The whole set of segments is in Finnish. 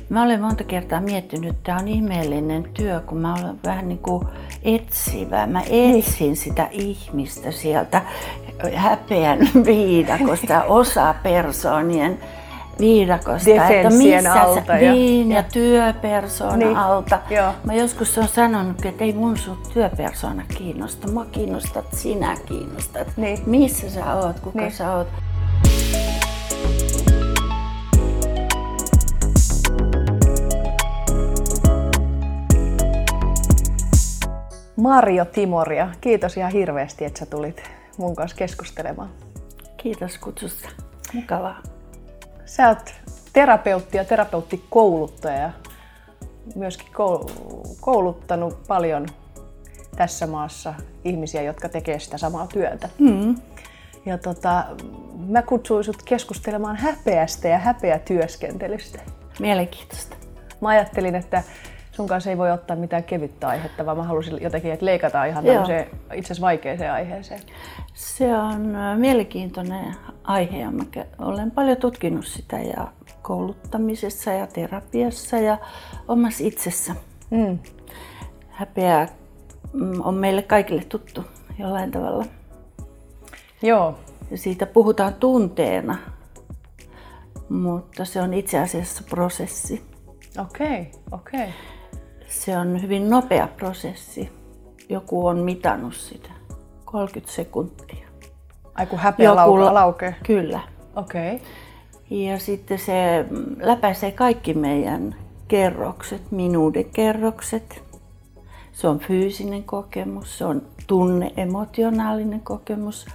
Mä olen monta kertaa miettinyt, että tämä on ihmeellinen työ, kun mä olen vähän niin kuin etsivä. Mä etsin sitä ihmistä sieltä häpeän viidakosta, osapersonien viidakosta, että missä alta ja työpersona alta. Mä joskus olen sanonut, että ei mun sun työpersona kiinnosta, mua kiinnostat, sinä kiinnostat. Missä sä oot, kuka sä oot. Marjo Timoria, kiitos ihan hirveästi, että sä tulit mun kanssa keskustelemaan. Kiitos kutsusta. Mukavaa. Sä oot terapeutti ja terapeuttikouluttaja ja myöskin kouluttanut paljon tässä maassa ihmisiä, jotka tekee sitä samaa työtä. Ja mä kutsuin sut keskustelemaan häpeästä ja häpeätyöskentelystä. Mielenkiintoista. Mä ajattelin, että sun kanssa ei voi ottaa mitään kevyttä aihetta, vaan mä halusin jotenkin, että leikataan ihan tämmöiseen itse asiassa vaikeaseen aiheeseen. Se on mielenkiintoinen aihe ja mä olen paljon tutkinut sitä ja kouluttamisessa ja terapiassa ja omassa itsessä. Häpeä on meille kaikille tuttu jollain tavalla. Joo. Ja siitä puhutaan tunteena, mutta se on itse asiassa prosessi. Okei. Se on hyvin nopea prosessi. Joku on mitannut sitä. 30 sekuntia. Ai kun häpeä laukee? Kyllä. Okei. Ja sitten se läpäisee kaikki meidän kerrokset, minuudenkerrokset. Se on fyysinen kokemus, se on tunne-emotionaalinen kokemus.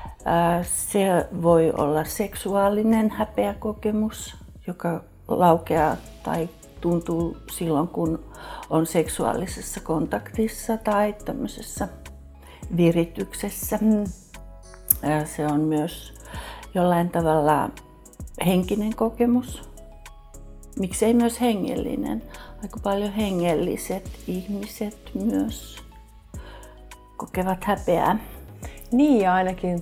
Se voi olla seksuaalinen häpeäkokemus, joka laukeaa tai tuntuu silloin, kun on seksuaalisessa kontaktissa tai tämmöisessä virityksessä. Se on myös jollain tavalla henkinen kokemus. Miksei myös hengellinen? Aika paljon hengelliset ihmiset myös kokevat häpeää. Niin, ja ainakin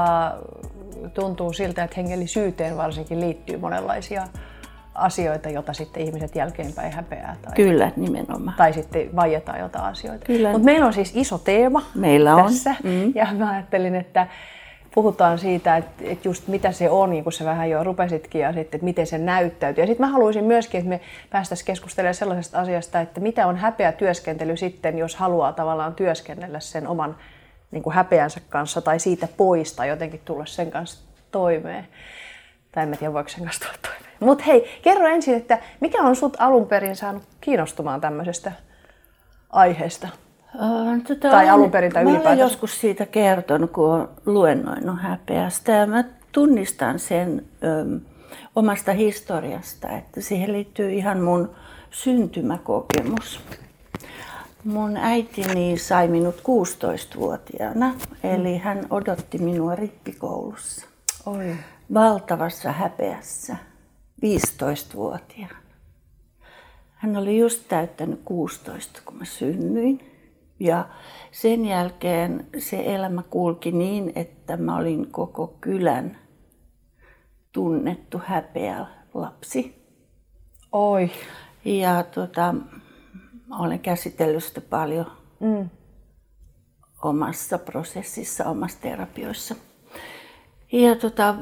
tuntuu siltä, että hengellisyyteen varsinkin liittyy monenlaisia asioita, joita sitten ihmiset jälkeenpäin häpeää. Kyllä, nimenomaan. Tai sitten vaietaan jotain asioita. Mutta meillä on siis iso teema tässä. Ja mä ajattelin, että puhutaan siitä, että just mitä se on, niin kuin sä vähän jo rupesitkin, ja sitten, että miten se näyttäytyy. Ja sitten mä haluaisin myöskin, että me päästäisiin keskustelemaan sellaisesta asiasta, että mitä on häpeätyöskentely sitten, jos haluaa tavallaan työskennellä sen oman niin kuin häpeänsä kanssa tai siitä pois tai jotenkin tulla sen kanssa toimeen. Tai en tiedä, voiko sen kanssa tulla toimeen. Mutta hei, kerro ensin, että mikä on sut alun perin saanut kiinnostumaan tämmöisestä aiheesta? Tai alun perin tai ylipäätään? Mä olen joskus siitä kertonut, kun olen luennoinut häpeästä. Ja mä tunnistan sen omasta historiasta, että siihen liittyy ihan mun syntymäkokemus. Mun äitini sai minut 16-vuotiaana, eli hän odotti minua rippikoulussa. Oi. Valtavassa häpeässä 15-vuotiaana. Hän oli just täyttänyt 16, kun mä synnyin. Ja sen jälkeen se elämä kulki niin, että mä olin koko kylän tunnettu häpeä lapsi. Oi. Ja olen käsitellyt sitä paljon omassa prosessissa, omassa terapioissa. Ja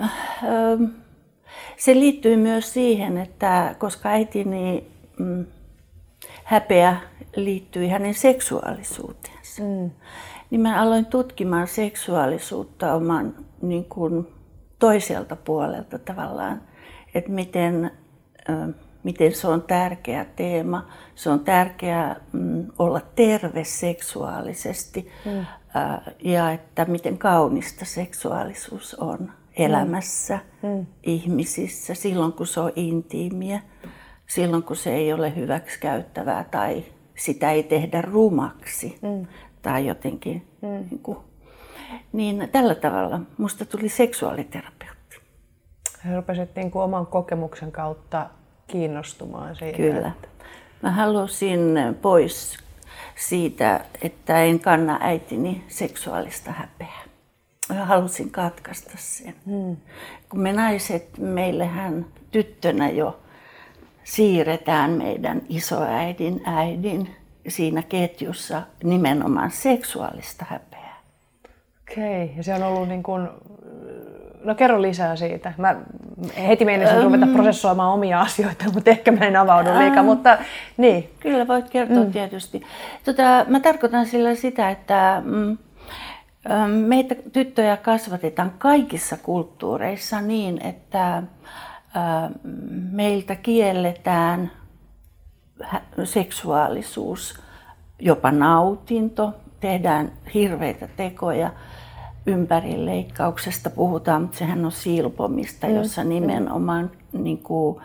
se liittyy myös siihen, että koska äitini häpeä liittyi hänen seksuaalisuuteensa, niin mä aloin tutkimaan seksuaalisuutta oman niin kuin toiselta puolelta tavallaan, että miten se on tärkeä teema. Se on tärkeää olla terve seksuaalisesti ja että miten kaunista seksuaalisuus on elämässä, ihmisissä, silloin kun se on intiimiä, silloin kun se ei ole hyväksikäyttävää tai sitä ei tehdä rumaksi tai jotenkin. Niin tällä tavalla musta tuli seksuaaliterapeutti. Rupesit niin kuin oman kokemuksen kautta kiinnostumaan siitä. Kyllä. Mä halusin pois siitä, että en kanna äitini seksuaalista häpeää. Mä halusin katkaista sen. Kun me naiset, meillähän tyttönä jo siirretään meidän isoäidin, äidin siinä ketjussa nimenomaan seksuaalista häpeää. Okei, ja se on ollut niin kuin, no kerro lisää siitä. Mä heti meinasin ruveta prosessoimaan omia asioita, mutta ehkä mä en avaudu liikaa, mutta niin. Kyllä voit kertoa tietysti. Mä tarkoitan sillä sitä, että meitä tyttöjä kasvatetaan kaikissa kulttuureissa niin, että meiltä kielletään seksuaalisuus, jopa nautinto, tehdään hirveitä tekoja. Ympärileikkauksesta puhutaan, mutta sehän on silpomista, jossa nimenomaan niin kuin,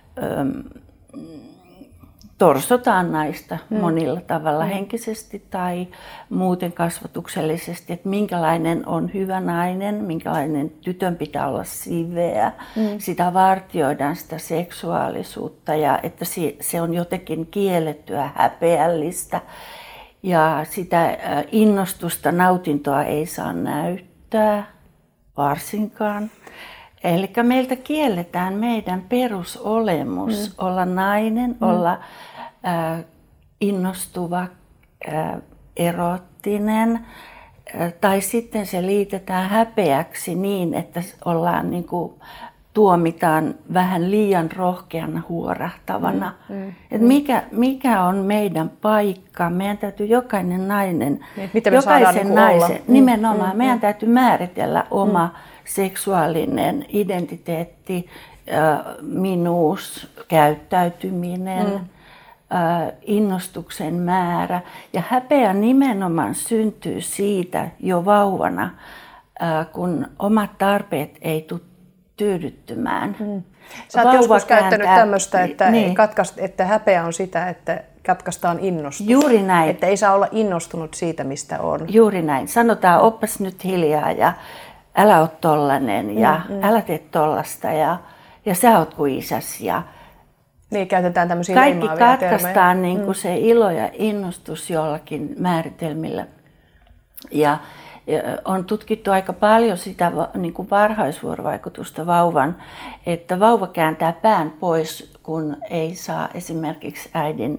torsotaan naista monilla tavalla henkisesti tai muuten kasvatuksellisesti, että minkälainen on hyvä nainen, minkälainen tytön pitää olla siveä. Sitä vartioidaan sitä seksuaalisuutta ja että se on jotenkin kiellettyä, häpeällistä. Ja sitä innostusta, nautintoa ei saa näyttää varsinkaan. Eli meiltä kielletään meidän perusolemus olla nainen, olla innostuva, erottinen. Tai sitten se liitetään häpeäksi niin, että ollaan niin kuin, tuomitaan vähän liian rohkeana huorahtavana. Et mikä on meidän paikka? Meidän täytyy jokainen nainen, jokaisen naisen, nimenomaan meidän täytyy määritellä oma seksuaalinen identiteetti, minuus, käyttäytyminen, innostuksen määrä. Ja häpeä nimenomaan syntyy siitä jo vauvana, kun omat tarpeet ei tule tyydyttymään. Sä oot joskus käyttänyt tämmöistä, että häpeä on sitä, että katkaistaan innostus. Juuri näin. Että ei saa olla innostunut siitä, mistä on. Juuri näin. Sanotaan, oppas nyt hiljaa ja älä ole tollanen ja älä tee tollasta ja sä oot kuin isäs. Ja niin, käytetään tämmöisiä kaikki leimaavia katkaistaan niin kuin se ilo ja innostus jollakin määritelmillä. Ja on tutkittu aika paljon sitä niin kuin varhaisvuorovaikutusta vauvan, että vauva kääntää pään pois, kun ei saa esimerkiksi äidin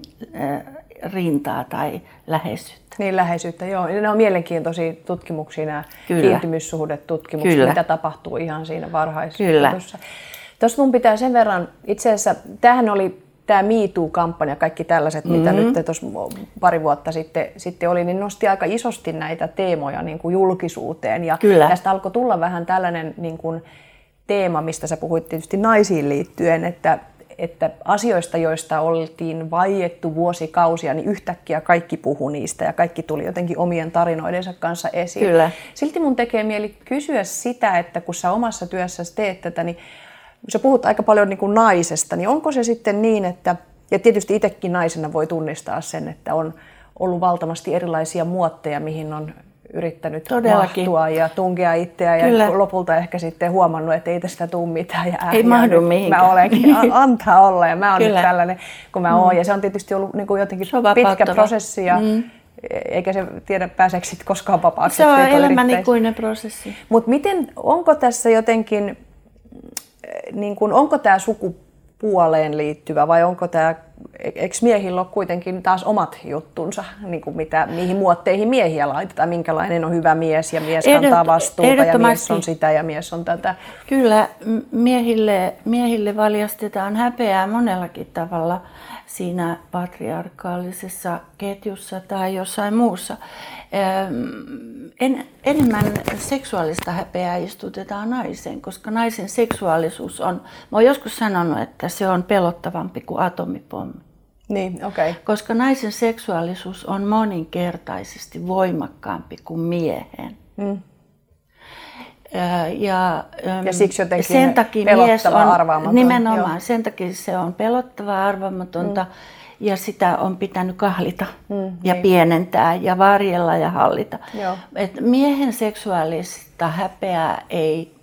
rintaa tai läheisyyttä. Niin, läheisyyttä, joo. Ne on mielenkiintoisia tutkimuksia, nämä kiintymyssuhdetutkimukset, mitä tapahtuu ihan siinä varhaisvuorossa. Tuossa mun pitää sen verran, itse asiassa tämähän oli tämä Me Too-kampanja, kaikki tällaiset, mitä nyt tuossa pari vuotta sitten oli, niin nosti aika isosti näitä teemoja niin kuin julkisuuteen. Ja tästä alkoi tulla vähän tällainen niin kuin teema, mistä sä puhuit tietysti naisiin liittyen, että asioista, joista oltiin vaiettu vuosikausia, niin yhtäkkiä kaikki puhui niistä ja kaikki tuli jotenkin omien tarinoidensa kanssa esiin. Kyllä. Silti mun tekee mieli kysyä sitä, että kun sä omassa työssäsi teet tätä, niin sä puhut aika paljon niin kuin naisesta, niin onko se sitten niin, että, ja tietysti itsekin naisena voi tunnistaa sen, että on ollut valtavasti erilaisia muotteja, mihin on yrittänyt mahtua ja tunkea itseä ja lopulta ehkä sitten huomannut, että ei tästä tule mitään. Ja ei mahdu mihinkään. Mä olenkin, antaa olla ja mä oon nyt tällainen kuin mä oon. Ja se on tietysti ollut niin kuin jotenkin pitkä prosessi ja eikä se tiedä pääseekö sitten koskaan vapaaksi. Se on elämän ikuinen prosessi. Mutta miten, onko tässä jotenkin, niin kuin, onko tämä sukupuoleen liittyvä vai onko tämä, eikö miehillä ole kuitenkin taas omat juttunsa, niin kuin mihin muotteihin miehiä laitetaan, minkälainen on hyvä mies ja mies kantaa vastuuta ja mies on sitä ja mies on tätä. Kyllä, miehille valjastetaan häpeää monellakin tavalla siinä patriarkaalisessa ketjussa tai jossain muussa. Enemmän seksuaalista häpeää istutetaan naiseen, koska naisen seksuaalisuus on, mä oon joskus sanonut, että se on pelottavampi kuin atomipommi. Niin, okay. Koska naisen seksuaalisuus on moninkertaisesti voimakkaampi kuin miehen. Ja siksi jotenkin sen takia mies on arvaamaton. Nimenomaan, sen takia se on pelottavaa, arvaamatonta ja sitä on pitänyt kahlita ja pienentää ja varjella ja hallita. Et miehen seksuaalista häpeää ei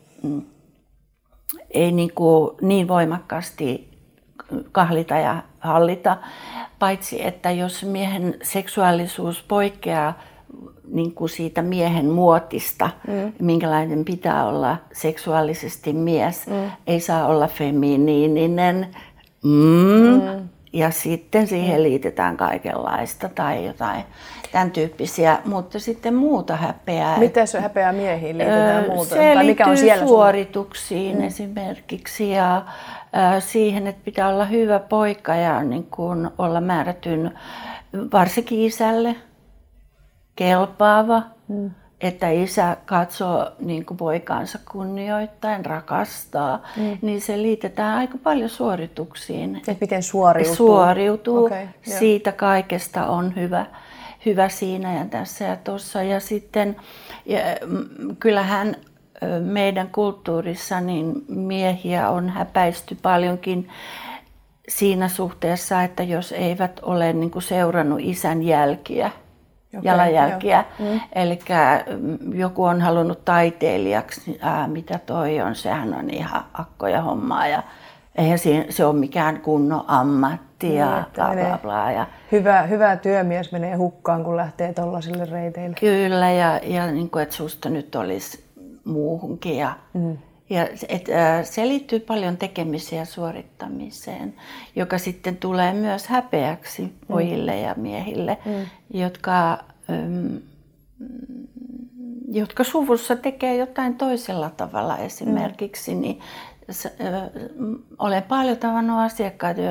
niin voimakkaasti kahlita ja hallita, paitsi että jos miehen seksuaalisuus poikkeaa niin kuin siitä miehen muotista, minkälainen pitää olla seksuaalisesti mies, ei saa olla feminiininen, Ja sitten siihen liitetään kaikenlaista tai jotain tämän tyyppisiä, mutta sitten muuta häpeää. Miten se häpeää miehiin liitetään muuta? Se tai mikä on siellä suorituksiin esimerkiksi ja siihen, että pitää olla hyvä poika ja niin kuin olla määrätyn varsinkin isälle kelpaava. Että isä katsoo niin kuin poikaansa kunnioittain, rakastaa, niin se liitetään aika paljon suorituksiin. Että miten suoriutuu? Suoriutuu. Siitä kaikesta on hyvä siinä ja tässä ja tuossa. Ja sitten kyllähän meidän kulttuurissa niin miehiä on häpäisty paljonkin siinä suhteessa, että jos eivät ole niin kuin seurannut isän jälkiä. Jalanjälkiä. Eli joku on halunnut taiteilijaksi, mitä toi on, sehän on ihan akkoja hommaa ja eihän se ole mikään kunnon ammatti ja bla bla bla. Ja hyvä työmies menee hukkaan, kun lähtee tollaisille reiteille. Kyllä, ja niin kuin, että susta nyt olisi muuhunkin. Ja se liittyy paljon tekemiseen ja suorittamiseen, joka sitten tulee myös häpeäksi pojille ja miehille, jotka suvussa tekee jotain toisella tavalla esimerkiksi. Niin, olen paljon tavannut asiakkaita,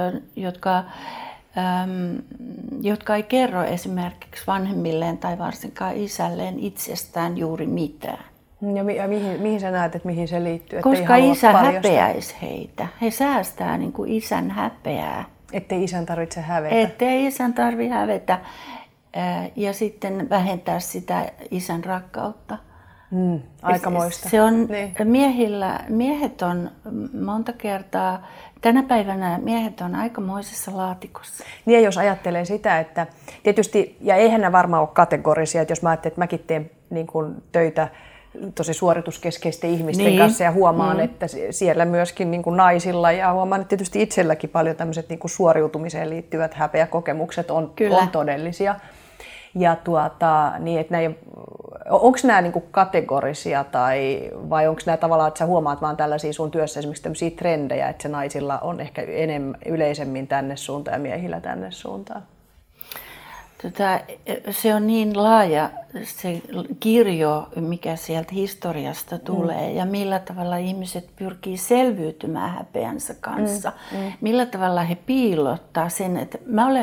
jotka ei kerro esimerkiksi vanhemmilleen tai varsinkaan isälleen itsestään juuri mitään. Ja mihin sä näet, että mihin se liittyy? Koska isä häpeäisi heitä. He säästää niin kuin isän häpeää. Ettei isän tarvitse hävetä. Ettei isän tarvitse hävetä. Ja sitten vähentää sitä isän rakkautta. Aikamoista. Se on miehet on monta kertaa, tänä päivänä miehet on aikamoisessa laatikossa. Niin ja jos ajattelee sitä, että tietysti, ja eihän nämä varmaan ole kategorisia, että jos mä ajattelen, että mäkin teen niin kuin töitä tosi suorituskeskeisten ihmisten kanssa ja huomaan, että siellä myöskin niin kuin naisilla ja huomaan, että tietysti itselläkin paljon tämmöiset niin kuin suoriutumiseen liittyvät häpeäkokemukset on todellisia. Ja niin, että onko nämä niin kuin kategorisia vai onko nämä tavallaan, että sä huomaat vaan tällaisia sun työssä esimerkiksi tämmöisiä trendejä, että se naisilla on ehkä yleisemmin tänne suuntaan ja miehillä tänne suuntaan? Se on niin laaja se kirjo, mikä sieltä historiasta tulee ja millä tavalla ihmiset pyrkii selviytymään häpeänsä kanssa. Millä tavalla he piilottaa sen, että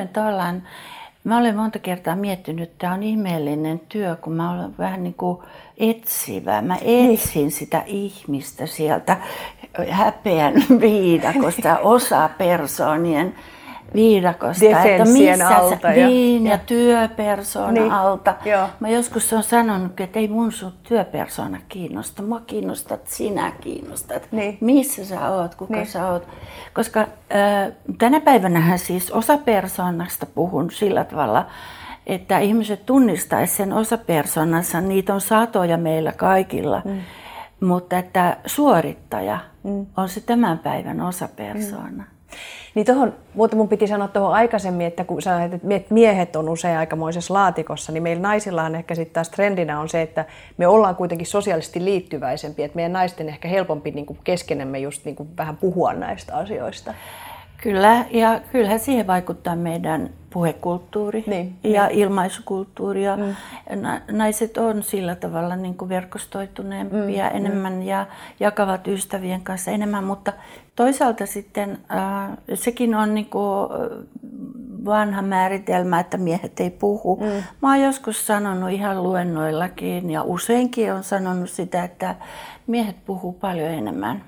mä olen monta kertaa miettinyt, että tämä on ihmeellinen työ, kun mä olen vähän niin kuin etsivä. Mä etsin sitä ihmistä sieltä häpeän viidakosta, osapersonien viidakosta, että missä alta ja työpersona alta. Mä joskus olen sanonut, että ei mun sun työpersona kiinnosta, mua kiinnostat, sinä kiinnostat. Missä sä oot, kuka sä oot. Koska tänä päivänähän siis osapersonasta puhun sillä tavalla, että ihmiset tunnistaisi sen osapersonansa, niitä on satoja meillä kaikilla. Mutta että suorittaja on se tämän päivän osapersona. Niin mutta mun piti sanoa tuohon aikaisemmin, että kun sanoit, että miehet on usein aikamoisessa laatikossa, niin meillä naisillahan ehkä sitten taas trendinä on se, että me ollaan kuitenkin sosiaalisesti liittyväisempiä, että meidän naisten ehkä helpompi niin kuin keskenemme just niin kuin vähän puhua näistä asioista. Kyllä, ja kyllähän siihen vaikuttaa meidän puhekulttuuri ja ilmaisukulttuuri. Ja naiset on sillä tavalla niin kuin verkostoituneempia enemmän ja jakavat ystävien kanssa enemmän, mutta toisaalta sitten sekin on niin kuin vanha määritelmä, että miehet ei puhu. Mä oon joskus sanonut ihan luennoillakin ja useinkin on sanonut sitä, että miehet puhuu paljon enemmän.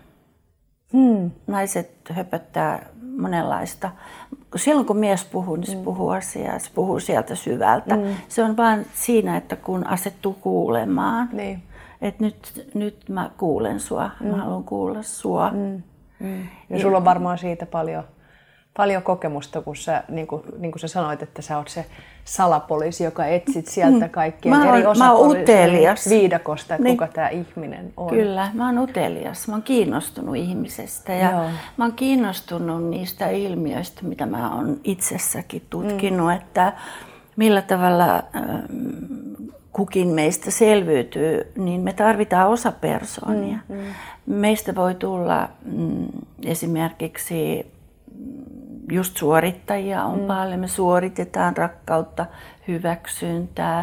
Naiset höpöttää monenlaista. Silloin kun mies puhuu, niin se puhuu asiaa, se puhuu sieltä syvältä. Se on vaan siinä, että kun asettuu kuulemaan, että nyt mä kuulen sua, mä haluan kuulla sua. Ja sulla on varmaan siitä paljon kokemusta, kun sä, niin kuin sä sanoit, että sä oot se salapoliisi, joka etsit sieltä kaikkien eri osapuolien viidakosta, että kuka tämä ihminen on. Kyllä, mä oon utelias. Mä oon kiinnostunut ihmisestä ja mä oon kiinnostunut niistä ilmiöistä, mitä mä oon itsessäkin tutkinut, että millä tavalla kukin meistä selviytyy, niin me tarvitaan osapersonia. Meistä voi tulla esimerkiksi just suorittajia on paljon. Me suoritetaan rakkautta, hyväksyntää.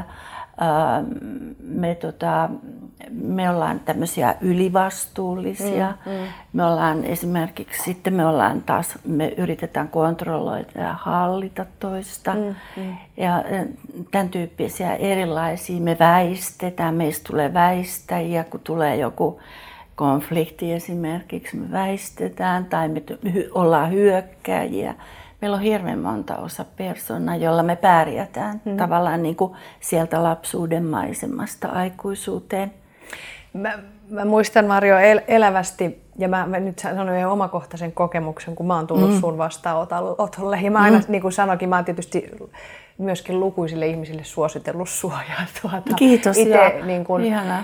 Me ollaan tämmöisiä ylivastuullisia. Me ollaan esimerkiksi, sitten me yritetään kontrolloida ja hallita toista. Ja tämän tyyppisiä erilaisia. Me väistetään, meistä tulee väistäjiä, kun tulee joku konflikti esimerkiksi, me väistetään tai me ollaan hyökkääjiä. Meillä on hirveän monta osapersonaa, jolla me pärjätään tavallaan niin kuin sieltä lapsuuden maisemasta aikuisuuteen. Mä muistan, Marjo, elävästi, ja mä nyt sanon yhden omakohtaisen kokemuksen, kun mä oon tullut sun vastaanotolle. Ja mä aina, niin kuin sanoinkin, mä oon tietysti myöskin lukuisille ihmisille suositellut sua. Kiitos, niin kun,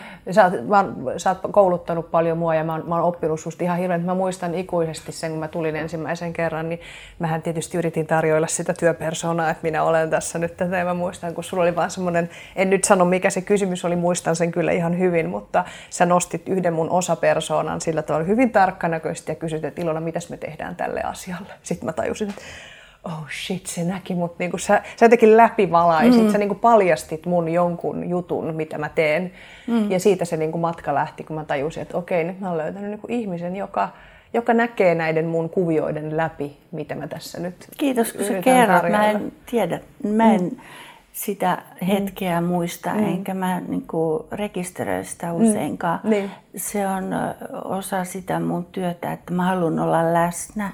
sä oot kouluttanut paljon mua ja mä oon oppinut susta ihan hirveän. Mä muistan ikuisesti sen, kun mä tulin ensimmäisen kerran, niin mähän tietysti yritin tarjoilla sitä työpersonaa, että minä olen tässä nyt tätä. Ja mä muistan, kun sulla oli vaan semmoinen, en nyt sano mikä se kysymys oli, muistan sen kyllä ihan hyvin, mutta sä nostit yhden mun osapersoonan sillä tavalla hyvin tarkkanäköisesti ja kysyt, että Ilona, mitäs me tehdään tälle asialle. Sitten mä tajusin, että oh shit, se näki mut, niinku sä jotenkin läpivalaisit, sä niinku paljastit mun jonkun jutun, mitä mä teen. Ja siitä se niinku matka lähti, kun mä tajusin, että okei, nyt mä oon löytänyt niinku ihmisen, joka näkee näiden mun kuvioiden läpi, mitä mä tässä nyt Kiitos, kun sä kerrot. Mä en tiedä, mä en sitä hetkeä muista, enkä mä niinku rekisteröi sitä useinkaan. Se on osa sitä mun työtä, että mä haluan olla läsnä.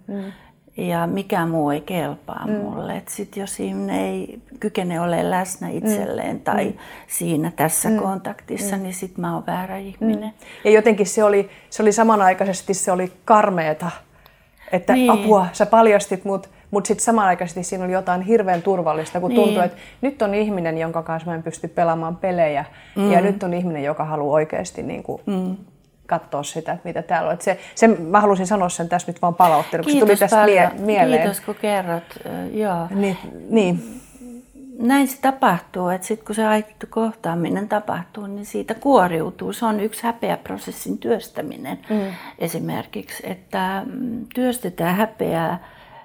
Ja mikään muu ei kelpaa mulle. Sit jos ihminen ei kykene olemaan läsnä itselleen tai siinä tässä kontaktissa, niin sit mä oon väärä ihminen. Ja jotenkin se oli samanaikaisesti karmeeta, että apua, sä paljastit mut, mutta sitten samanaikaisesti siinä oli jotain hirveän turvallista, kun tuntui, että nyt on ihminen, jonka kanssa mä en pysty pelaamaan pelejä. Ja nyt on ihminen, joka haluaa oikeasti niinku katsoa sitä, mitä täällä on. Mä halusin sanoa sen tässä nyt vaan palautteena, kun se tuli tästä mieleen. Kiitos, kun kerrot. Joo. Niin. Näin se tapahtuu, että sitten kun se aito kohtaaminen tapahtuu, niin siitä kuoriutuu. Se on yksi häpeäprosessin työstäminen esimerkiksi, että työstetään häpeää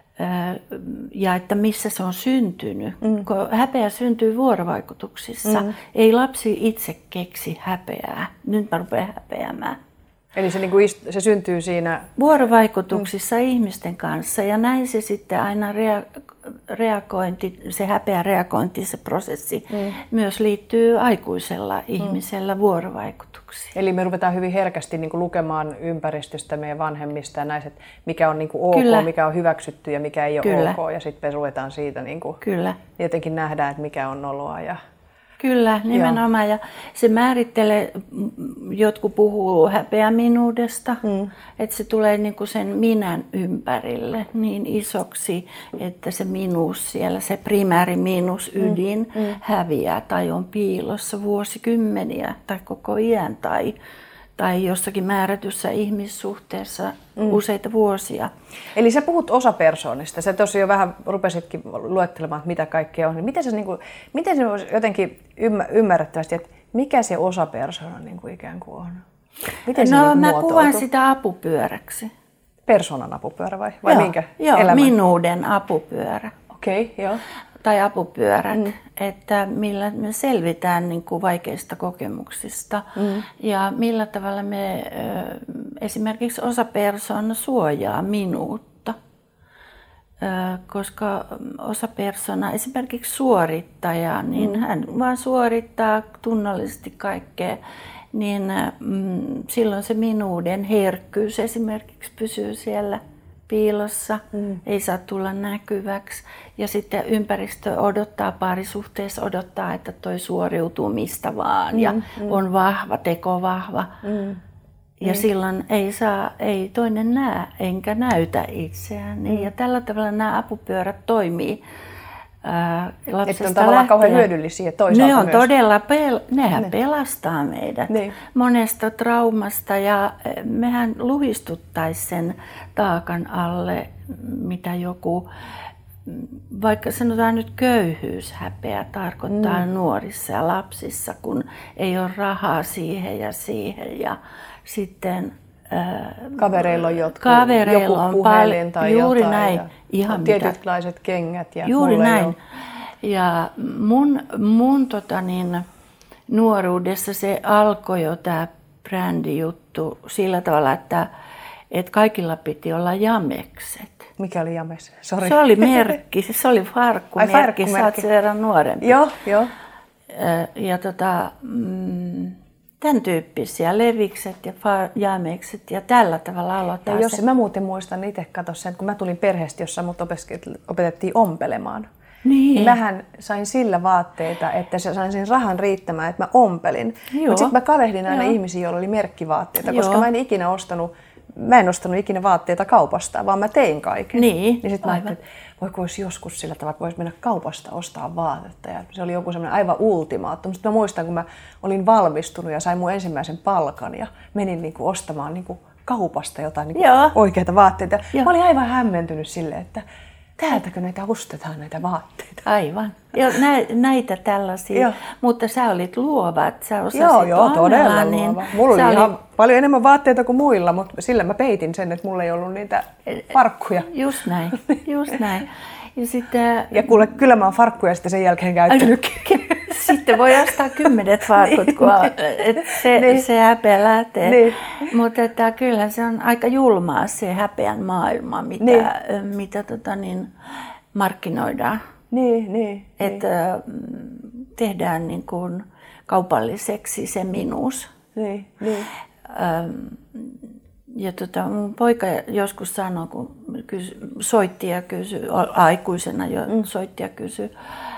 ja että missä se on syntynyt. Kun häpeä syntyy vuorovaikutuksissa. Ei lapsi itse keksi häpeää. Nyt mä rupean häpeämään. Eli se syntyy siinä vuorovaikutuksissa ihmisten kanssa ja näin se sitten aina reagointi, se häpeä reagointi, se prosessi myös liittyy aikuisella ihmisellä vuorovaikutuksiin. Eli me ruvetaan hyvin herkästi lukemaan ympäristöstä meidän vanhemmista ja näiset, mikä on ok, mikä on hyväksytty ja mikä ei ole ok ja sitten me ruvetaan siitä jotenkin nähdään, että mikä on noloa ja Kyllä, nimenomaan. Ja se määrittelee, jotkut puhuu häpeäminuudesta, että se tulee niinku sen minän ympärille niin isoksi, että se minuus siellä, se primääri miinus ydin häviää tai on piilossa vuosikymmeniä tai koko iän tai jossakin määrätyssä ihmissuhteessa useita vuosia. Eli sä puhut osapersoonista. Sä tosiaan jo vähän rupesitkin luettelemaan, että mitä kaikkea on. Miten se jotenkin ymmärrettävästi, että mikä se osapersoona ikään kuin on? Miten se mä kuvaan sitä apupyöräksi. Persoonan apupyörä vai minkä? Joo, elämän? Minuuden apupyörä. Okei, joo. Tai apupyörät, että millä me selvitään vaikeista kokemuksista ja millä tavalla me esimerkiksi osapersona suojaa minuutta, koska osapersona, esimerkiksi suorittaja, niin hän vaan suorittaa tunnollisesti kaikkea, niin silloin se minuuden herkkyys esimerkiksi pysyy siellä piilossa, ei saa tulla näkyväksi. Ja sitten ympäristö odottaa, parisuhteessa odottaa, että toi suoriutuu mistä vaan ja on vahva, tekovahva. Ja silloin ei toinen näe enkä näytä itseään. Ja tällä tavalla nämä apupyörät toimii lapsesta että on tavallaan kauhean hyödyllisiä toisaalta ne on myös. Todella, nehän pelastaa meidät monesta traumasta ja mehän luhistuttaisiin sen taakan alle, mitä joku, vaikka sanotaan nyt köyhyyshäpeä tarkoittaa nuorissa ja lapsissa, kun ei ole rahaa siihen ja sitten Kavereilla on joku puhelin tai juuri jotain. Näin. Ihan tietynlaiset kengät. Ja juuri näin. Ja mun nuoruudessa se alkoi jo tämä brändijuttu sillä tavalla, että kaikilla piti olla Jamekset. Mikä oli James? Sorry. Se oli merkki, se oli farkkumerkki, sä oot sen verran nuorempi. Joo. Ja tämän tyyppisiä, levikset ja Jamekset ja tällä tavalla aloittaa. Ja mä muuten muistan itse, kato sen, kun mä tulin perheestä, jossa mut opetettiin ompelemaan. Niin. Mähän sain sillä vaatteita, että sain sen rahan riittämään, että mä ompelin. Mutta sitten mä karehdin aina ihmisiä, joilla oli merkkivaatteita, koska mä en ostanut ikinä vaatteita kaupasta, vaan mä tein kaiken. Niin sitten mä ajattelin, että voiko olisi joskus sillä tavalla, että voisi mennä kaupasta ostaa vaatetta. Ja se oli joku semmoinen aivan ultimaattu. Sitten mä muistan, kun mä olin valmistunut ja sain mun ensimmäisen palkan ja menin niinku ostamaan niinku kaupasta jotain niinku oikeita vaatteita. Mä olin aivan hämmentynyt silleen, että täältäkö näitä ostetaan, näitä vaatteita? Aivan. Näitä tällaisia. Mutta sä olit luova, että sä osasit todella niin luova. Mulla oli ihan paljon enemmän vaatteita kuin muilla, mutta sillä mä peitin sen, että mulla ei ollut niitä farkkuja. Just näin. Ja kuule, kyllä mä oon farkkuja sitten sen jälkeen käyttänytkin. Sitten voi ostaa 10 farkut, kun se häpeä lähtee. Niin. Mutta kyllä se on aika julmaa se häpeän maailma, mitä markkinoidaan. Niin. Että tehdään niin kuin kaupalliseksi se minuus. Niin. Ja mun poika joskus sanoi, kun soitti ja kysyi, aikuisena jo soitti ja kysyi,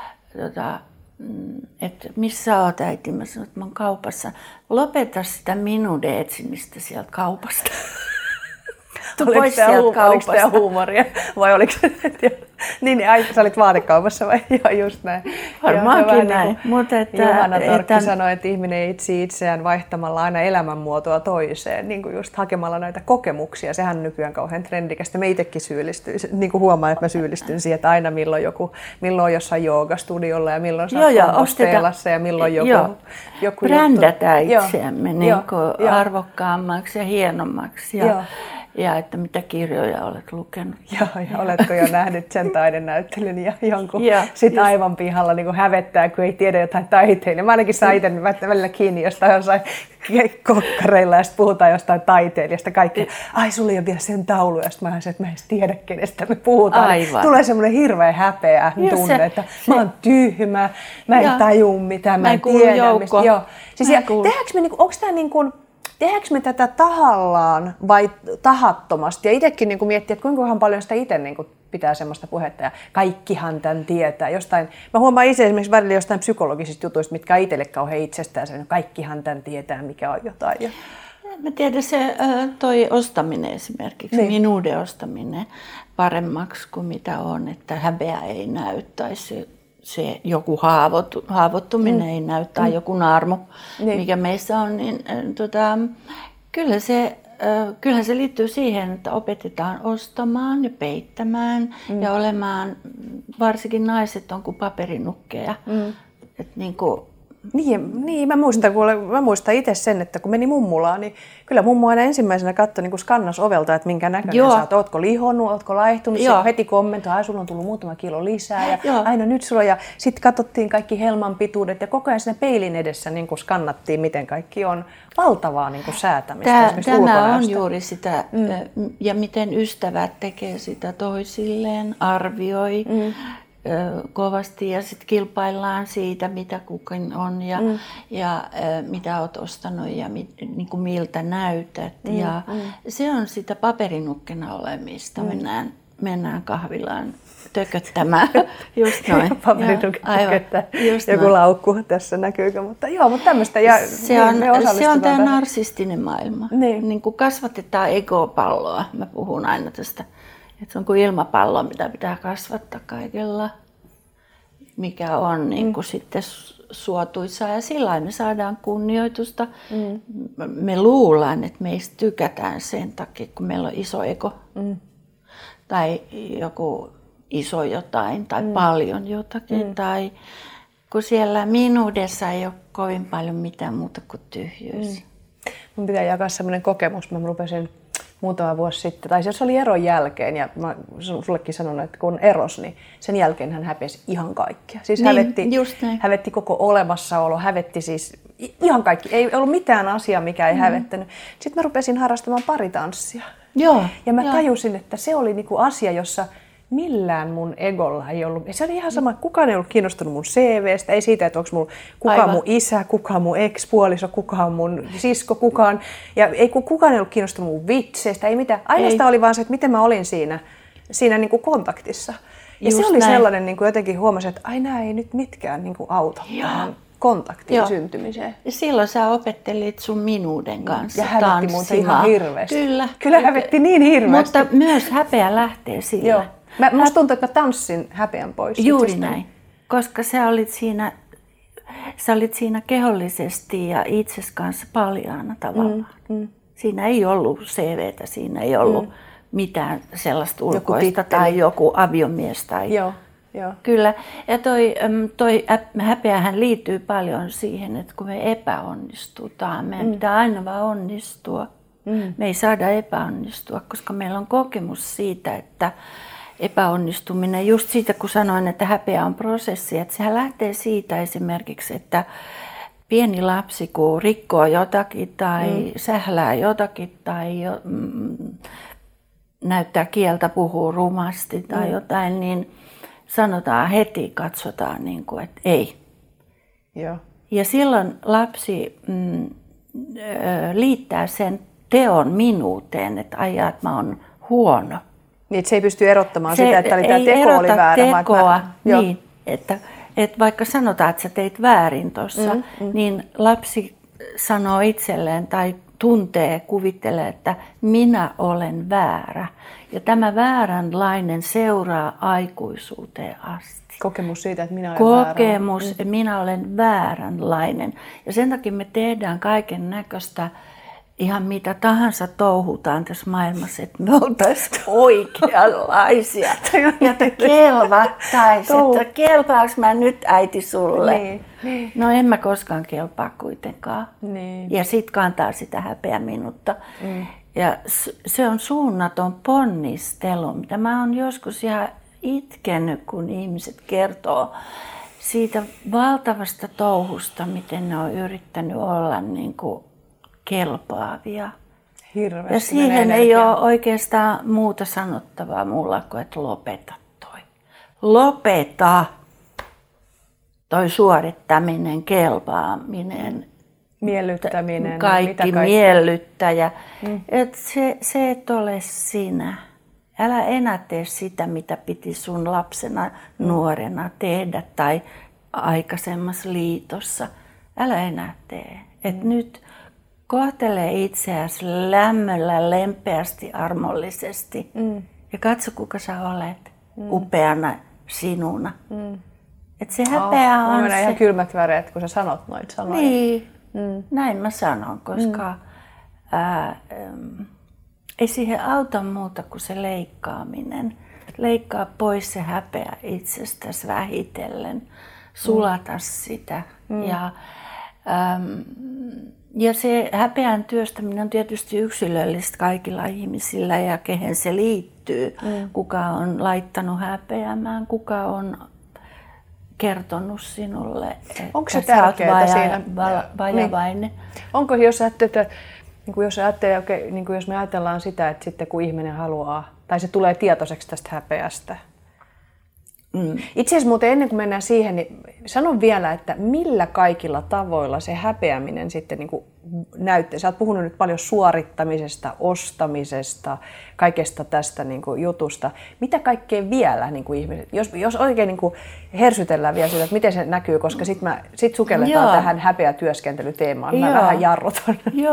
että missä sä oot äiti? Mä sanoin, että mä oon kaupassa. Lopeta sitä minuuden etsimistä sieltä kaupasta. Oliko tämä huumoria vai oliko se, niin, sä olit vaatekaupassa vai? Joo, just näin. Varmaankin näin. Johanna Torkki sanoi, että ihminen etsi itseään vaihtamalla aina elämänmuotoa toiseen, niin kuin just hakemalla näitä kokemuksia. Sehän on nykyään kauhean trendikästä. Me itsekin syyllistyin, niin kuin huomaan, että mä syyllistyn siihen, että aina milloin on jossain joogastudiolla ja milloin saa komposteelassa ja milloin joku brändätään itseämme niin arvokkaammaksi ja hienommaksi. Ja että mitä kirjoja olet lukenut. Joo, ja oletko jo nähnyt sen taidenäyttelyn ja jonkun sitten aivan pihalla niin hävettää, kun ei tiedä jotain taiteilijoita. Mä ainakin saan itse välillä kiinni jostain kokkareilla ja sitten puhutaan jostain taiteilijasta. Kaikki, sulla ei ole vielä sen taulu. Ja sitten mä en edes tiedä, kenestä me puhutaan. Aivan. Tulee semmoinen hirveä häpeä tunne, että mä oon tyhmä, mä en tajua mitään, mä en tiedä. Onko tämä niin kuin... Tehdäänkö me tätä tahallaan vai tahattomasti? Ja itsekin niin miettii, että kuinka paljon sitä itse niin pitää semmoista puhetta ja kaikkihan tämän tietää. Mä huomaan itse esimerkiksi välillä jostain psykologisista jutuista, mitkä on itselle kauhean itsestään, että kaikkihan tämän tietää, mikä on jotain. Mä tiedän, se toi ostaminen esimerkiksi, minuuden ostaminen paremmaksi kuin mitä on, että häpeä ei näy tai se joku haavoittuminen ei näy tai joku naarmu, mikä meissä on, niin kyllähän se liittyy siihen, että opetetaan ostamaan ja peittämään ja olemaan, varsinkin naiset on kuin paperinukkeja. Että Niin, mä muistan itse sen, että kun meni mummulaan, niin kyllä mummu aina ensimmäisenä katsoi niin skannas ovelta, että minkä näköinen sä oot. Ootko lihonnut, ootko laihtunut, se heti kommentoi, sulla on tullut muutama kilo lisää ja aina nyt sulla. Ja sitten katsottiin kaikki helman pituudet ja koko ajan siinä peilin edessä niin skannattiin, miten kaikki on valtavaa niin säätämistä. Tämä on juuri sitä, ja miten ystävät tekee sitä toisilleen, arvioi. Kovasti ja sitten kilpaillaan siitä, mitä kukin on ja mitä olet ostanut ja niin kuin miltä näytät. Ja se on sitä paperinukkena olemista. Mennään kahvilaan tököttämään. Just noin. Joku laukku tässä näkyykö, mutta tämmöistä. Ja se on tämä narsistinen maailma. Niin kuin kasvatetaan egopalloa. Mä puhun aina tästä. Että se on kuin ilmapallo, mitä pitää kasvattaa kaikella, mikä on niin kuin sitten suotuisaa. Ja sillä me saadaan kunnioitusta. Me luullaan, että meistä tykätään sen takia, kun meillä on iso ego. Tai joku iso jotain, tai paljon jotakin. Tai kun siellä minuudessa ei ole kovin paljon mitään muuta kuin tyhjyys. Mun pitää jakaa sellainen kokemus. Mä rupesin muutama vuosi sitten, tai se oli eron jälkeen, ja mä sullekin sanonut, että kun eros, niin sen jälkeen hän häpesi ihan kaikkea. Siis hävetti koko olemassaolo, hävetti siis ihan kaikki. Ei ollut mitään asiaa, mikä ei hävettänyt. Sitten mä rupesin harrastamaan paritanssia. Joo, ja mä tajusin, että se oli niinku asia, jossa millään mun egolla ei ollut. Se oli ihan sama, että kukaan ei ollut kiinnostunut mun CVstä, ei siitä, että onko kuka on mun isä, kuka on mun ex-puoliso, kuka on mun sisko, kukaan. Ja kukaan ei ollut kiinnostunut mun vitseistä, ei mitään. Ainoastaan oli vaan se, että miten mä olin siinä niin kuin kontaktissa. Ja just se oli näin. Sellainen, niin kuin jotenkin huomasin, että ai nämä ei nyt mitkään niin kuin auta tähän kontaktiin syntymiseen. Ja silloin sä opettelit sun minuuden kanssa ja hävetti muuta ihan hirveästi. Kyllä hävetti niin hirveästi. Mutta myös häpeä lähtee sillä. Joo. Musta tuntuu, että mä tanssin häpeän pois. Juuri näin, koska sä olit siinä kehollisesti ja itses kanssa paljaana tavallaan. Siinä ei ollut CVtä, siinä ei ollut mitään sellaista ulkoista tai joku aviomies. Tai... Joo. Kyllä, ja toi häpeähän liittyy paljon siihen, että kun me epäonnistutaan, meidän pitää aina vaan onnistua. Me ei saada epäonnistua, koska meillä on kokemus siitä, että epäonnistuminen, just siitä kun sanoin, että häpeä on prosessi, että sehän lähtee siitä esimerkiksi, että pieni lapsi kun rikkoo jotakin tai sählää jotakin tai näyttää kieltä, puhuu rumasti tai jotain, niin sanotaan heti, katsotaan, niin kuin, että ei. Joo. Ja silloin lapsi liittää sen teon minuuteen, että ajaa, että mä oon huono. Niin, se ei pysty erottamaan sitä, että tämä teko oli väärä. Tekoa, niin, että vaikka sanotaan, että sä teit väärin tuossa, niin lapsi sanoo itselleen tai tuntee, kuvittelee, että minä olen väärä. Ja tämä vääränlainen seuraa aikuisuuteen asti. Kokemus siitä, että minä olen väärä. Kokemus, että minä olen vääränlainen. Ja sen takia me tehdään kaiken näköistä, ihan mitä tahansa touhutaan tässä maailmassa, että me oltaisiin oikeanlaisia. Ja että kelvattaisiin, että kelpaanko mä nyt äiti sulle? Niin. No en mä koskaan kelpaa kuitenkaan. Niin. Ja sit kantaa sitä häpeäminutta. Ja se on suunnaton ponnistelu, mitä mä oon joskus ihan itkenyt, kun ihmiset kertoo siitä valtavasta touhusta, miten ne on yrittänyt olla niin kuin kelpaavia. Hirveästi ja siihen ei ole oikeastaan muuta sanottavaa mulla kuin, että lopeta toi. Lopeta toi suorittaminen, kelpaaminen, miellyttäminen, kaikki miellyttäjä. Et se et ole sinä. Älä enää tee sitä, mitä piti sun lapsena, nuorena tehdä tai aikaisemmassa liitossa. Älä enää tee. Et nyt kohtele itseäsi lämmöllä, lempeästi, armollisesti. Ja katso, kuka sä olet upeana sinuna. Et se häpeä on se... ihan kylmät väreet, kun sä sanot noita sanoja. Niin, näin mä sanon, koska ei siihen auta muuta kuin se leikkaaminen. Leikkaa pois se häpeä itsestäsi vähitellen, sulata sitä. Ja se häpeän työstäminen on tietysti yksilöllistä kaikilla ihmisillä ja kehen se liittyy. Kuka on laittanut häpeämään, kuka on kertonut sinulle, että onko se tärkeää siinä? Vajavainen. Niin. Onko, jos ajattelee, niin jos me ajatellaan sitä, että sitten kun ihminen haluaa, tai se tulee tietoiseksi tästä häpeästä. Itse asiassa muuten ennen kuin mennään siihen, niin sanon vielä, että millä kaikilla tavoilla se häpeäminen sitten niin kuin näyttää. Sä oot puhunut nyt paljon suorittamisesta, ostamisesta, kaikesta tästä niin kuin jutusta. Mitä kaikkea vielä niin kuin ihmiset, jos oikein niin kuin hersytellään vielä sitä, että miten se näkyy, koska sit sukelletaan tähän häpeätyöskentelyteemaan. Mä vähän jarrutan. Joo.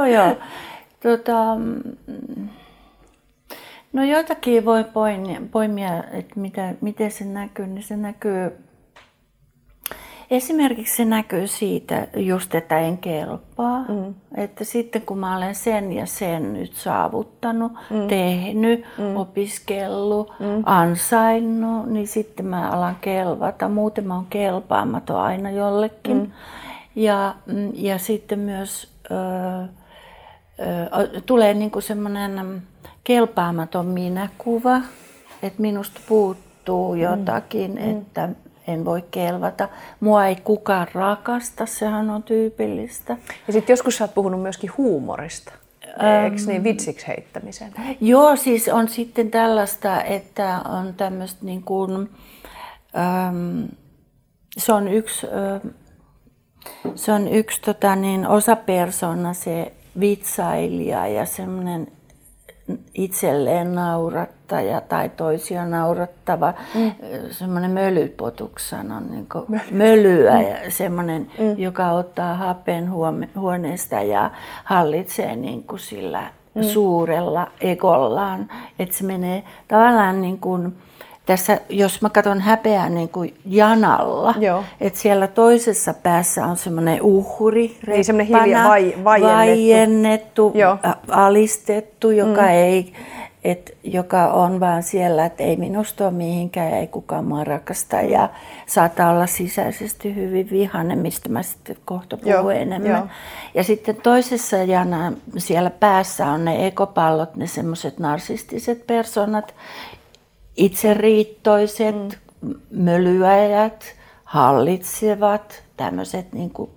No jotakin voi poimia, että miten se näkyy, niin se näkyy, esimerkiksi se näkyy siitä just, että en kelpaa, että sitten kun mä olen sen ja sen nyt saavuttanut, tehnyt, opiskellut, ansainnut, niin sitten mä alan kelvata, muuten mä oon kelpaamaton aina jollekin ja sitten myös tulee niin kuin semmoinen kelpaamaton minäkuva, että minusta puuttuu jotakin, että en voi kelvata. Mua ei kukaan rakasta, sehän on tyypillistä. Ja sitten joskus sä oot puhunut myöskin huumorista. Eikö niin, vitsiksi heittämisen? Joo, siis on sitten tällaista, että on tämmöistä niin kuin, se on yksi osapersona, se vitsailija ja semmoinen itselleen naurattaja tai toisia naurattava, semmoinen mölypotuksi sanon, niin kuin mölyä ja semmoinen, joka ottaa hapen huoneesta ja hallitsee niin kuin sillä suurella egollaan, että se menee tavallaan niin kuin tässä, jos mä katson häpeää niin kuin janalla, että siellä toisessa päässä on semmoinen uhri, reppana, vaiennettu, alistettu, joka on vaan siellä, että ei minusta ole mihinkään ja ei kukaan mua rakasta ja saattaa olla sisäisesti hyvin vihainen, mistä mä sitten kohta puhun enemmän. Ja sitten toisessa jana siellä päässä on ne ekopallot, ne semmoiset narsistiset persoonat, itseriittoiset, mölyäjät, hallitsevat, tämmöiset niin kuin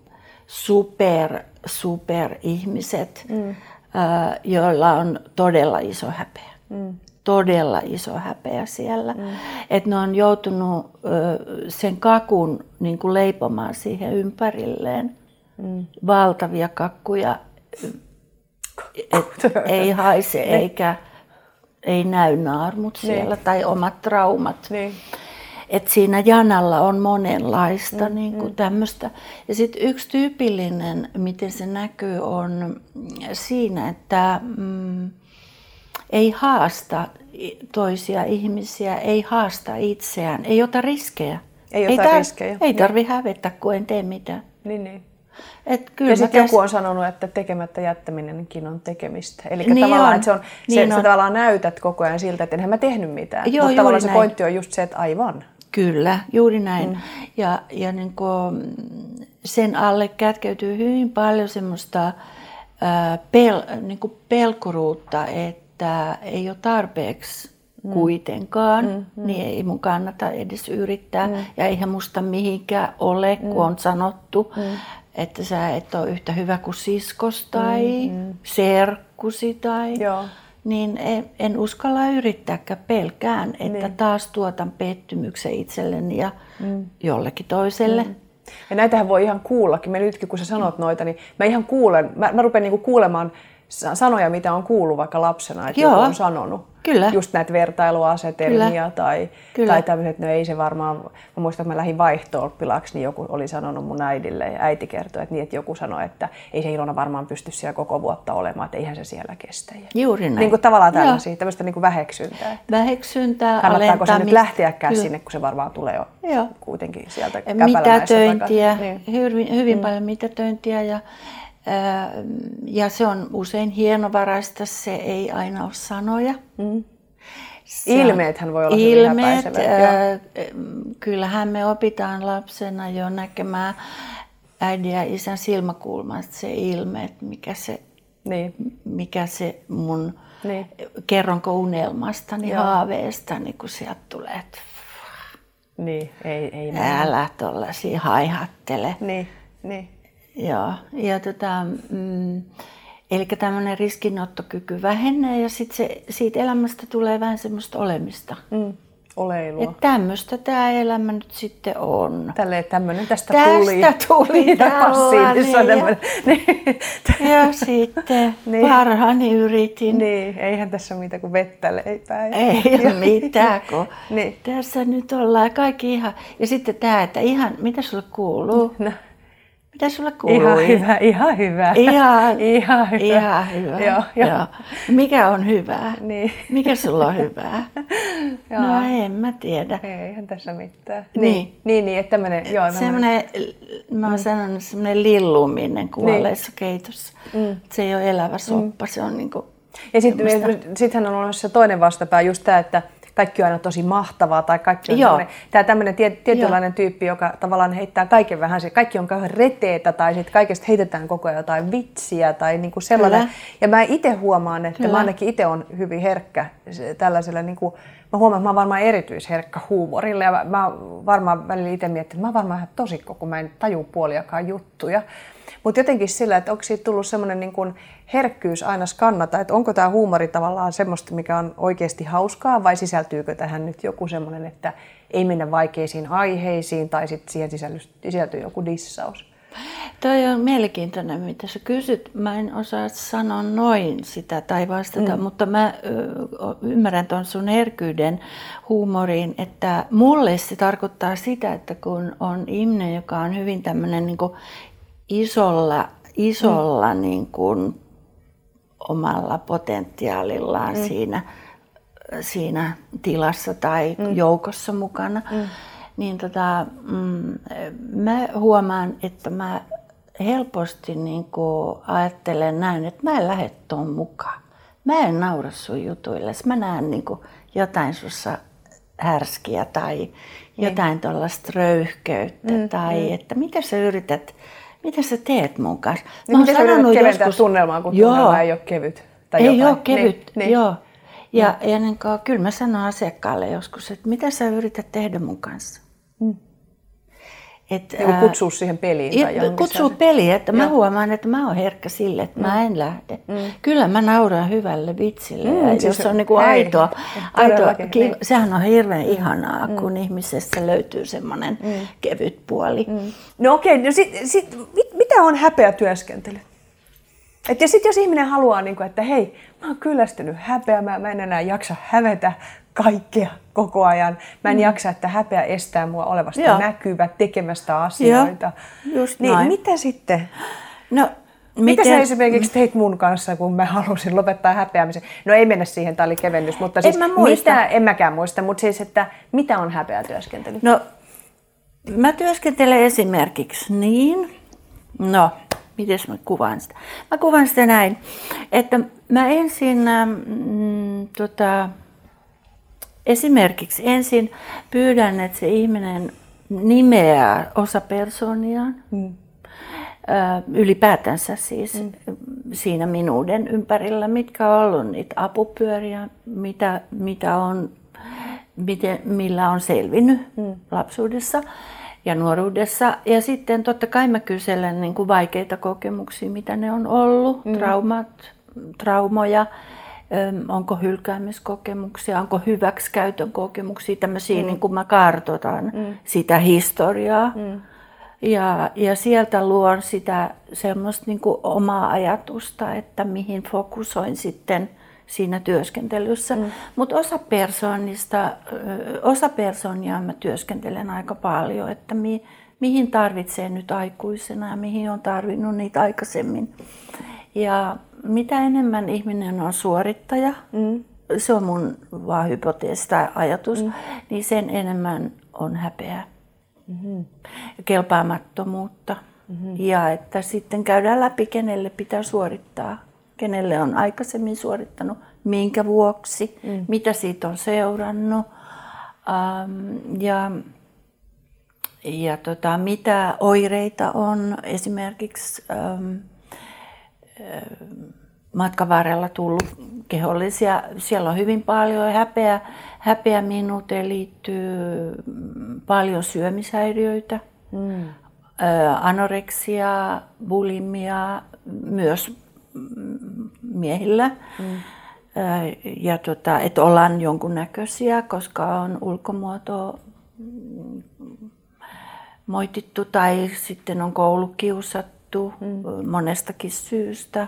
super ihmiset, joilla on todella iso häpeä. Todella iso häpeä siellä. Että ne on joutunut sen kakun niin kuin leipomaan siihen ympärilleen. Valtavia kakkuja, ei haise eikä ei näy naarmut siellä tai omat traumat. Et siinä janalla on monenlaista niin kuin tämmöistä. Ja sitten yksi tyypillinen, miten se näkyy, on siinä, että ei haasta toisia ihmisiä, ei haasta itseään, ei ota riskejä. Ei tarvitse hävetä, kun en tee mitään. Ja sitten joku on sanonut, että tekemättä jättäminenkin on tekemistä. Eli niin tavallaan, että sä tavallaan näytät koko ajan siltä, että enhän mä tehnyt mitään. Mutta tavallaan se pointti on just se, että aivan. Kyllä, juuri näin. Ja niin kuin sen alle kätkeytyy hyvin paljon semmoista niin kuin pelkuruutta, että ei ole tarpeeksi kuitenkaan, niin ei mun kannata edes yrittää. Ja eihän musta mihinkään ole, kun on sanottu, että sä et ole yhtä hyvä kuin siskos tai serkkusi tai... Niin en uskalla yrittääkään, pelkään, että taas tuotan pettymyksen itselleni ja jollekin toiselle. Ja näitähän voi ihan kuullakin. Nytkin kun sä sanot noita, niin mä ihan kuulen, mä rupean niinku kuulemaan sanoja, mitä on kuullut vaikka lapsena, että joku on sanonut. Kyllä. Just näitä vertailuasetelmia tai tämmöiset, no ei se varmaan, mä muistan, että mä lähdin vaihto-oppilaaksi, niin joku oli sanonut mun äidille ja äiti kertoi, että joku sanoi, että ei se Ilona varmaan pysty siellä koko vuotta olemaan, että eihän se siellä kestä. Juuri näin. Niin kuin tavallaan tällaisia, tämmöistä niin kuin väheksyntää. Väheksyntää, kannattaako se nyt lähteäkään sinne, kun se varmaan tulee jo kuitenkin sieltä käpälämäistä mitätöintiä, hyvin paljon mitätöintiä ja se on usein hienovaraista, se ei aina ole sanoja. Ilmeethän voi olla hyvin häpäisevät. Kyllähän me opitaan lapsena jo näkemään äidin ja isän silmäkulmasta se ilme, että mikä se mun, kerronko unelmastani, haaveestani, kun sieltä tulee, että älä tollasia haihattele. Joo, ja eli tämmöinen riskinottokyky vähenee ja sitten siitä elämästä tulee vähän semmoista olemista. Oleilua. Että tämmöistä tämä elämä nyt sitten on. Tämmöinen tästä tuli tällainen. Ja sitten parhaani yritin. Niin, eihän tässä ole mitään kuin vettä leipää. Ei ole mitään, kun tässä nyt ollaan kaikki ihan. Ja sitten tämä, että ihan, mitä sulle kuuluu? Mitä sulle kuuluu? Ihan hyvä. Ihan hyvä. Joo. Mikä on hyvää? Mikä sulla on hyvää? No en mä tiedä. Eihän tässä mitään. Niin, että tämmöinen, semmoinen, mä oon sanonut, semmoinen lilluminen kuolleessa keitossa. Se ei ole elävä soppa, se on niinku... Ja sittenhän on ollut se toinen vastapää, just tämä, että kaikki on aina tosi mahtavaa tai kaikki on tämä tämmöinen tietynlainen tyyppi, joka tavallaan heittää kaiken vähän, kaikki on kauhean reteetä tai sitten kaikesta heitetään koko ajan jotain vitsiä tai niinku sellainen. Kyllä. Ja mä itse huomaan, että mä ainakin itse on hyvin herkkä tällaisella, niinku, mä huomaan, että mä oon varmaan erityisherkkä huumorille ja mä varmaan välillä itse mietin, että mä oon varmaan ihan tosikko, kun mä en taju puoliakaan juttuja. Mutta jotenkin sillä, että onko siitä tullut semmoinen niin kuin herkkyys aina skannata, että onko tämä huumori tavallaan semmoista, mikä on oikeasti hauskaa vai sisältyykö tähän nyt joku semmoinen, että ei mennä vaikeisiin aiheisiin tai sitten siihen sisältyy joku dissaus? Toi on mielenkiintoinen, mitä sä kysyt. Mä en osaa sanoa noin sitä tai vastata, mutta mä ymmärrän ton sun herkkyyden huumoriin, että mulle se tarkoittaa sitä, että kun on ihminen, joka on hyvin tämmöinen niin kuin isolla niin kuin omalla potentiaalillaan siinä tilassa tai joukossa mukana, niin mä huomaan, että mä helposti niin kuin ajattelen näin, että mä en lähde tuon mukaan. Mä en naura sun jutuille. Mä näen niin kuin jotain sussa härskiä tai jotain tuollaista röyhkeyttä tai että mitä sä teet mun kanssa? Miten sä yrität keventää tunnelmaa, kun tunnelma ei ole kevyt? Tai ei ole kevyt, joo. Ja niin kuin, kyllä mä sanon asiakkaalle joskus, että mitä sä yrität tehdä mun kanssa? Kutsuu siihen peliin. Kutsuu peliin, että mä huomaan, että mä oon herkkä sille, että mä en lähde. Kyllä mä nauran hyvälle vitsille. Ja jos on niin kuin aitoa, sehän on hirveän ihanaa, kun ihmisessä löytyy semmoinen kevyt puoli. No okei, no mitä on häpeä työskentely? Ja sitten jos ihminen haluaa, että hei, mä oon kyllästynyt häpeämään, mä en enää jaksa hävetä kaikkea koko ajan. Mä en jaksa, että häpeä estää mua olevasta näkyvä, tekemästä asioita. Just niin noin. Mitä sitten? No, mitä sä esimerkiksi teit mun kanssa, kun mä halusin lopettaa häpeämisen? No ei mennä siihen, tää oli kevennys, mutta siis en mäkään muista, mutta siis, että mitä on häpeätyöskentely? No, mä työskentelen esimerkiksi niin, miten mä kuvaan sitä? Mä kuvaan sitä näin, että mä esimerkiksi ensin pyydän, että se ihminen nimeää osapersoniaan, ylipäätänsä siis siinä minuuden ympärillä, mitkä on ollut niitä apupyöriä, millä on selvinnyt lapsuudessa ja nuoruudessa. Ja sitten totta kai mä kyselen niin kuin vaikeita kokemuksia, mitä ne on ollut, traumoja. Onko hylkäämiskokemuksia, onko hyväksikäytön kokemuksia, tämmöisiä niin kuin mä kartoitan sitä historiaa. Ja sieltä luon sitä semmoista niin kuin omaa ajatusta, että mihin fokusoin sitten siinä työskentelyssä. Mutta osa persoonia mä työskentelen aika paljon, että mihin tarvitsee nyt aikuisena ja mihin on tarvinnut niitä aikaisemmin. Ja mitä enemmän ihminen on suorittaja, se on mun vaan hypoteesi tai ajatus, niin sen enemmän on häpeää, kelpaamattomuutta. Ja että sitten käydään läpi, kenelle pitää suorittaa, kenelle on aikaisemmin suorittanut, minkä vuoksi, mitä siitä on seurannut ja mitä oireita on esimerkiksi matkan varrella tullut kehollisia. Siellä on hyvin paljon häpeä minuuteen liittyy paljon syömishäiriöitä, anoreksia, bulimia myös miehillä. Ja että ollaan jonkunnäköisiä, koska on ulkomuoto moitittu tai sitten on koulukiusattu monestakin syystä.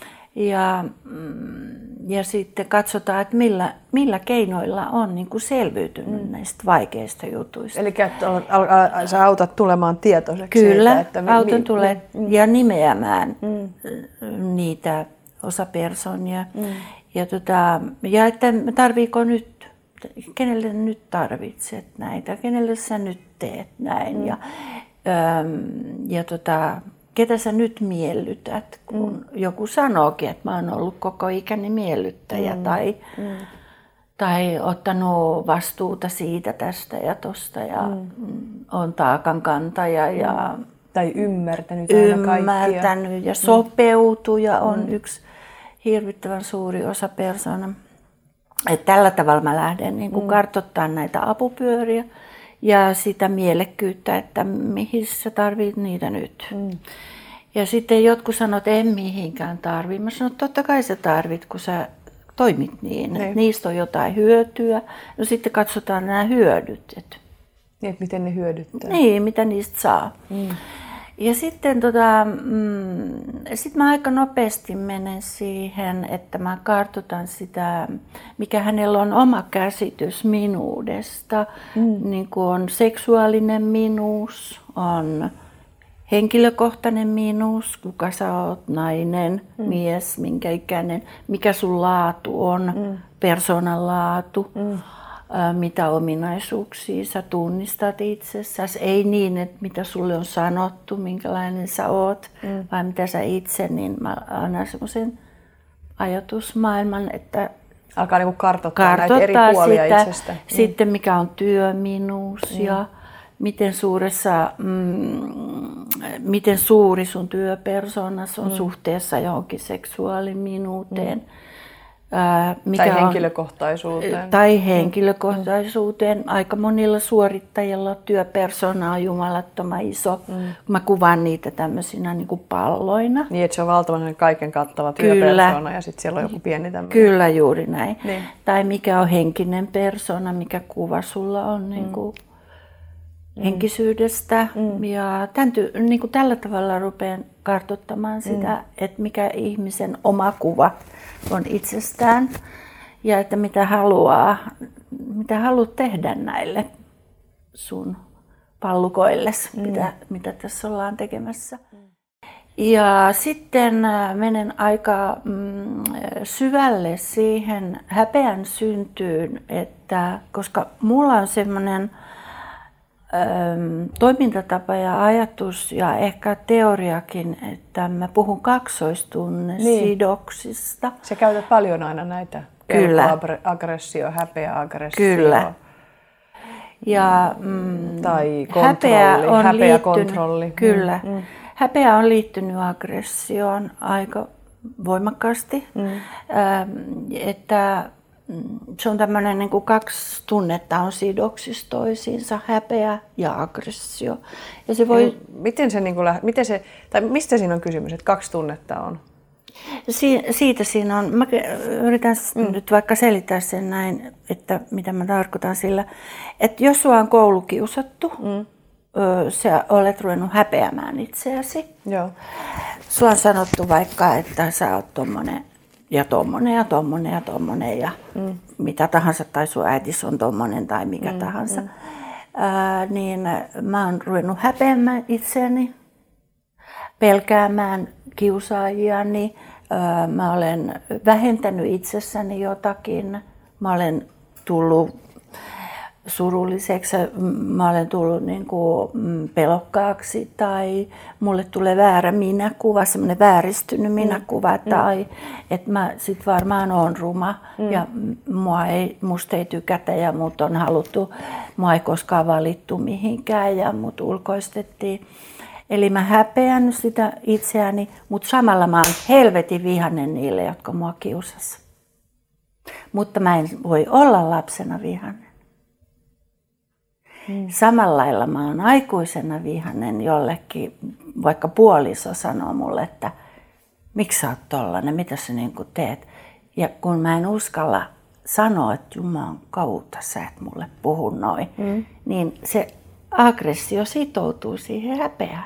Ja sitten katsotaan, että millä keinoilla on niin kuin selviytynyt näistä vaikeista jutuista. Eli sä autat tulemaan tietoiseksi Kyllä, siitä, että autan tulee ja nimeämään niitä osapersonia. Ja että tarviiko nyt, kenelle nyt tarvitset näitä, kenelle sä nyt teet näin. Ketä sä nyt miellytät, kun joku sanookin, että mä oon ollut koko ikäni miellyttäjä tai ottanut vastuuta siitä, tästä ja tosta ja on taakankantaja ja tai ymmärtänyt aina kaikkia. Ja sopeutuja on yksi hirvittävän suuri osa persoona. Et tällä tavalla mä lähden niin kuin kartoittamaan näitä apupyöriä ja sitä mielekkyyttä, että mihin sä tarvit niitä nyt. Ja sitten jotkut sanoo, että en mihinkään tarvi. Mä sanon, että totta kai sä tarvit, kun sä toimit niin. Niistä on jotain hyötyä. No sitten katsotaan nämä hyödyt. Niin, että miten ne hyödyttää. Niin, mitä niistä saa. Ja sitten sit mä aika nopeasti menen siihen, että mä kartoitan sitä, mikä hänellä on oma käsitys minuudesta. Niin kuin on seksuaalinen minuus, on henkilökohtainen minuus, kuka sä oot, nainen, mies, minkä ikäinen, mikä sun laatu on, persoonan laatu. Mitä ominaisuuksia sä tunnistat itsessäsi. Ei niin, että mitä sulle on sanottu, minkälainen sä oot, vaan mitä sä itse, niin mä annan semmoisen ajatusmaailman, että alkaa niinku kartoittaa näitä eri puolia sitä, itsestä. Sitten mikä on työminuus ja miten suuri sun työpersoonassa on suhteessa johonkin seksuaaliminuuteen. Tai henkilökohtaisuuteen. Tai henkilökohtaisuuteen. Aika monilla suorittajilla työpersona on jumalattoman iso. Mä kuvaan niitä tämmöisinä niin kuin palloina. Niin, että se on valtavan kaiken kattava työpersona ja sitten siellä on joku pieni tämmöinen. Kyllä, juuri näin. Niin. Tai mikä on henkinen persona, mikä kuva sulla on niin kuin henkisyydestä. Ja niin kuin tällä tavalla rupean kartoittamaan sitä, että mikä ihmisen oma kuva on itsestään ja että mitä haluat tehdä näille sun pallukoilles, mitä tässä ollaan tekemässä. Ja sitten menen aika syvälle siihen häpeän syntyyn, että koska mulla on semmoinen toimintatapa ja ajatus ja ehkä teoriakin, että mä puhun kaksoistunnesidoksista. Sä käytät paljon aina näitä. Pelkoaggressio, häpeäaggressio. Kyllä. Ja tai häpeäkontrolli. Kyllä. Häpeä on liittynyt aggressioon aika voimakkaasti. Että se on tämmöinen niin kuin kaksi tunnetta on sidoksissa toisiinsa, häpeä ja aggressio. Ja se voi... mistä siinä on kysymys, että kaksi tunnetta on? Siitä siinä on. Mä yritän nyt vaikka selittää sen näin, että mitä mä tarkoitan sillä. Että jos sua on koulukiusattu, sä olet ruvennut häpeämään itseäsi. Joo. Sua on sanottu vaikka, että sä oot tommonen ja tommonen ja tommonen ja tommonen ja mitä tahansa, tai sun äitis on tommonen tai mikä tahansa. Niin mä oon ruvennut häpeämään itseäni, pelkäämään kiusaajiani. Mä olen vähentänyt itsessäni jotakin. Mä olen tullut surulliseksi, mä olen tullut niin kuin pelokkaaksi tai mulle tulee väärä minäkuva, semmoinen vääristynyt minäkuva, tai että mä sit varmaan oon ruma ja musta ei tykätä ja mut on haluttu, mua ei koskaan valittu mihinkään ja mut ulkoistettiin. Eli mä häpeän sitä itseäni, mutta samalla mä oon helvetin vihainen niille, jotka mua kiusasi. Mutta mä en voi olla lapsena vihainen. Samalla lailla mä oon aikuisena vihainen jollekin, vaikka puoliso sanoo mulle, että miksi sä oot tollanen, mitä sä niin kuin teet. Ja kun mä en uskalla sanoa, että Jumalan kautta sä et mulle puhu noin, niin se aggressio sitoutuu siihen häpeään.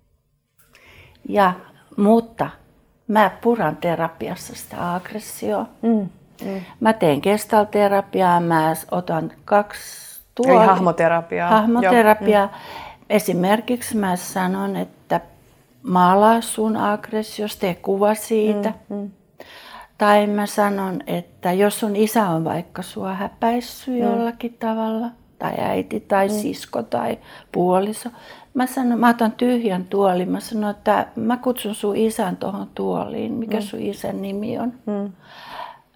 Mutta mä puran terapiassa sitä aggressioa. Mä teen gestalterapiaa, mä otan 2 Eli hahmoterapiaa. Hahmoterapiaa. Esimerkiksi mä sanon, että maalaa sun aggressiosta, tee kuva siitä. Tai mä sanon, että jos sun isä on vaikka sua häpäissyt jollakin tavalla, tai äiti, tai sisko, tai puoliso. Mä otan tyhjän tuolin. Mä sanon, että mä kutsun sun isän tuohon tuoliin. Mikä sun isän nimi on?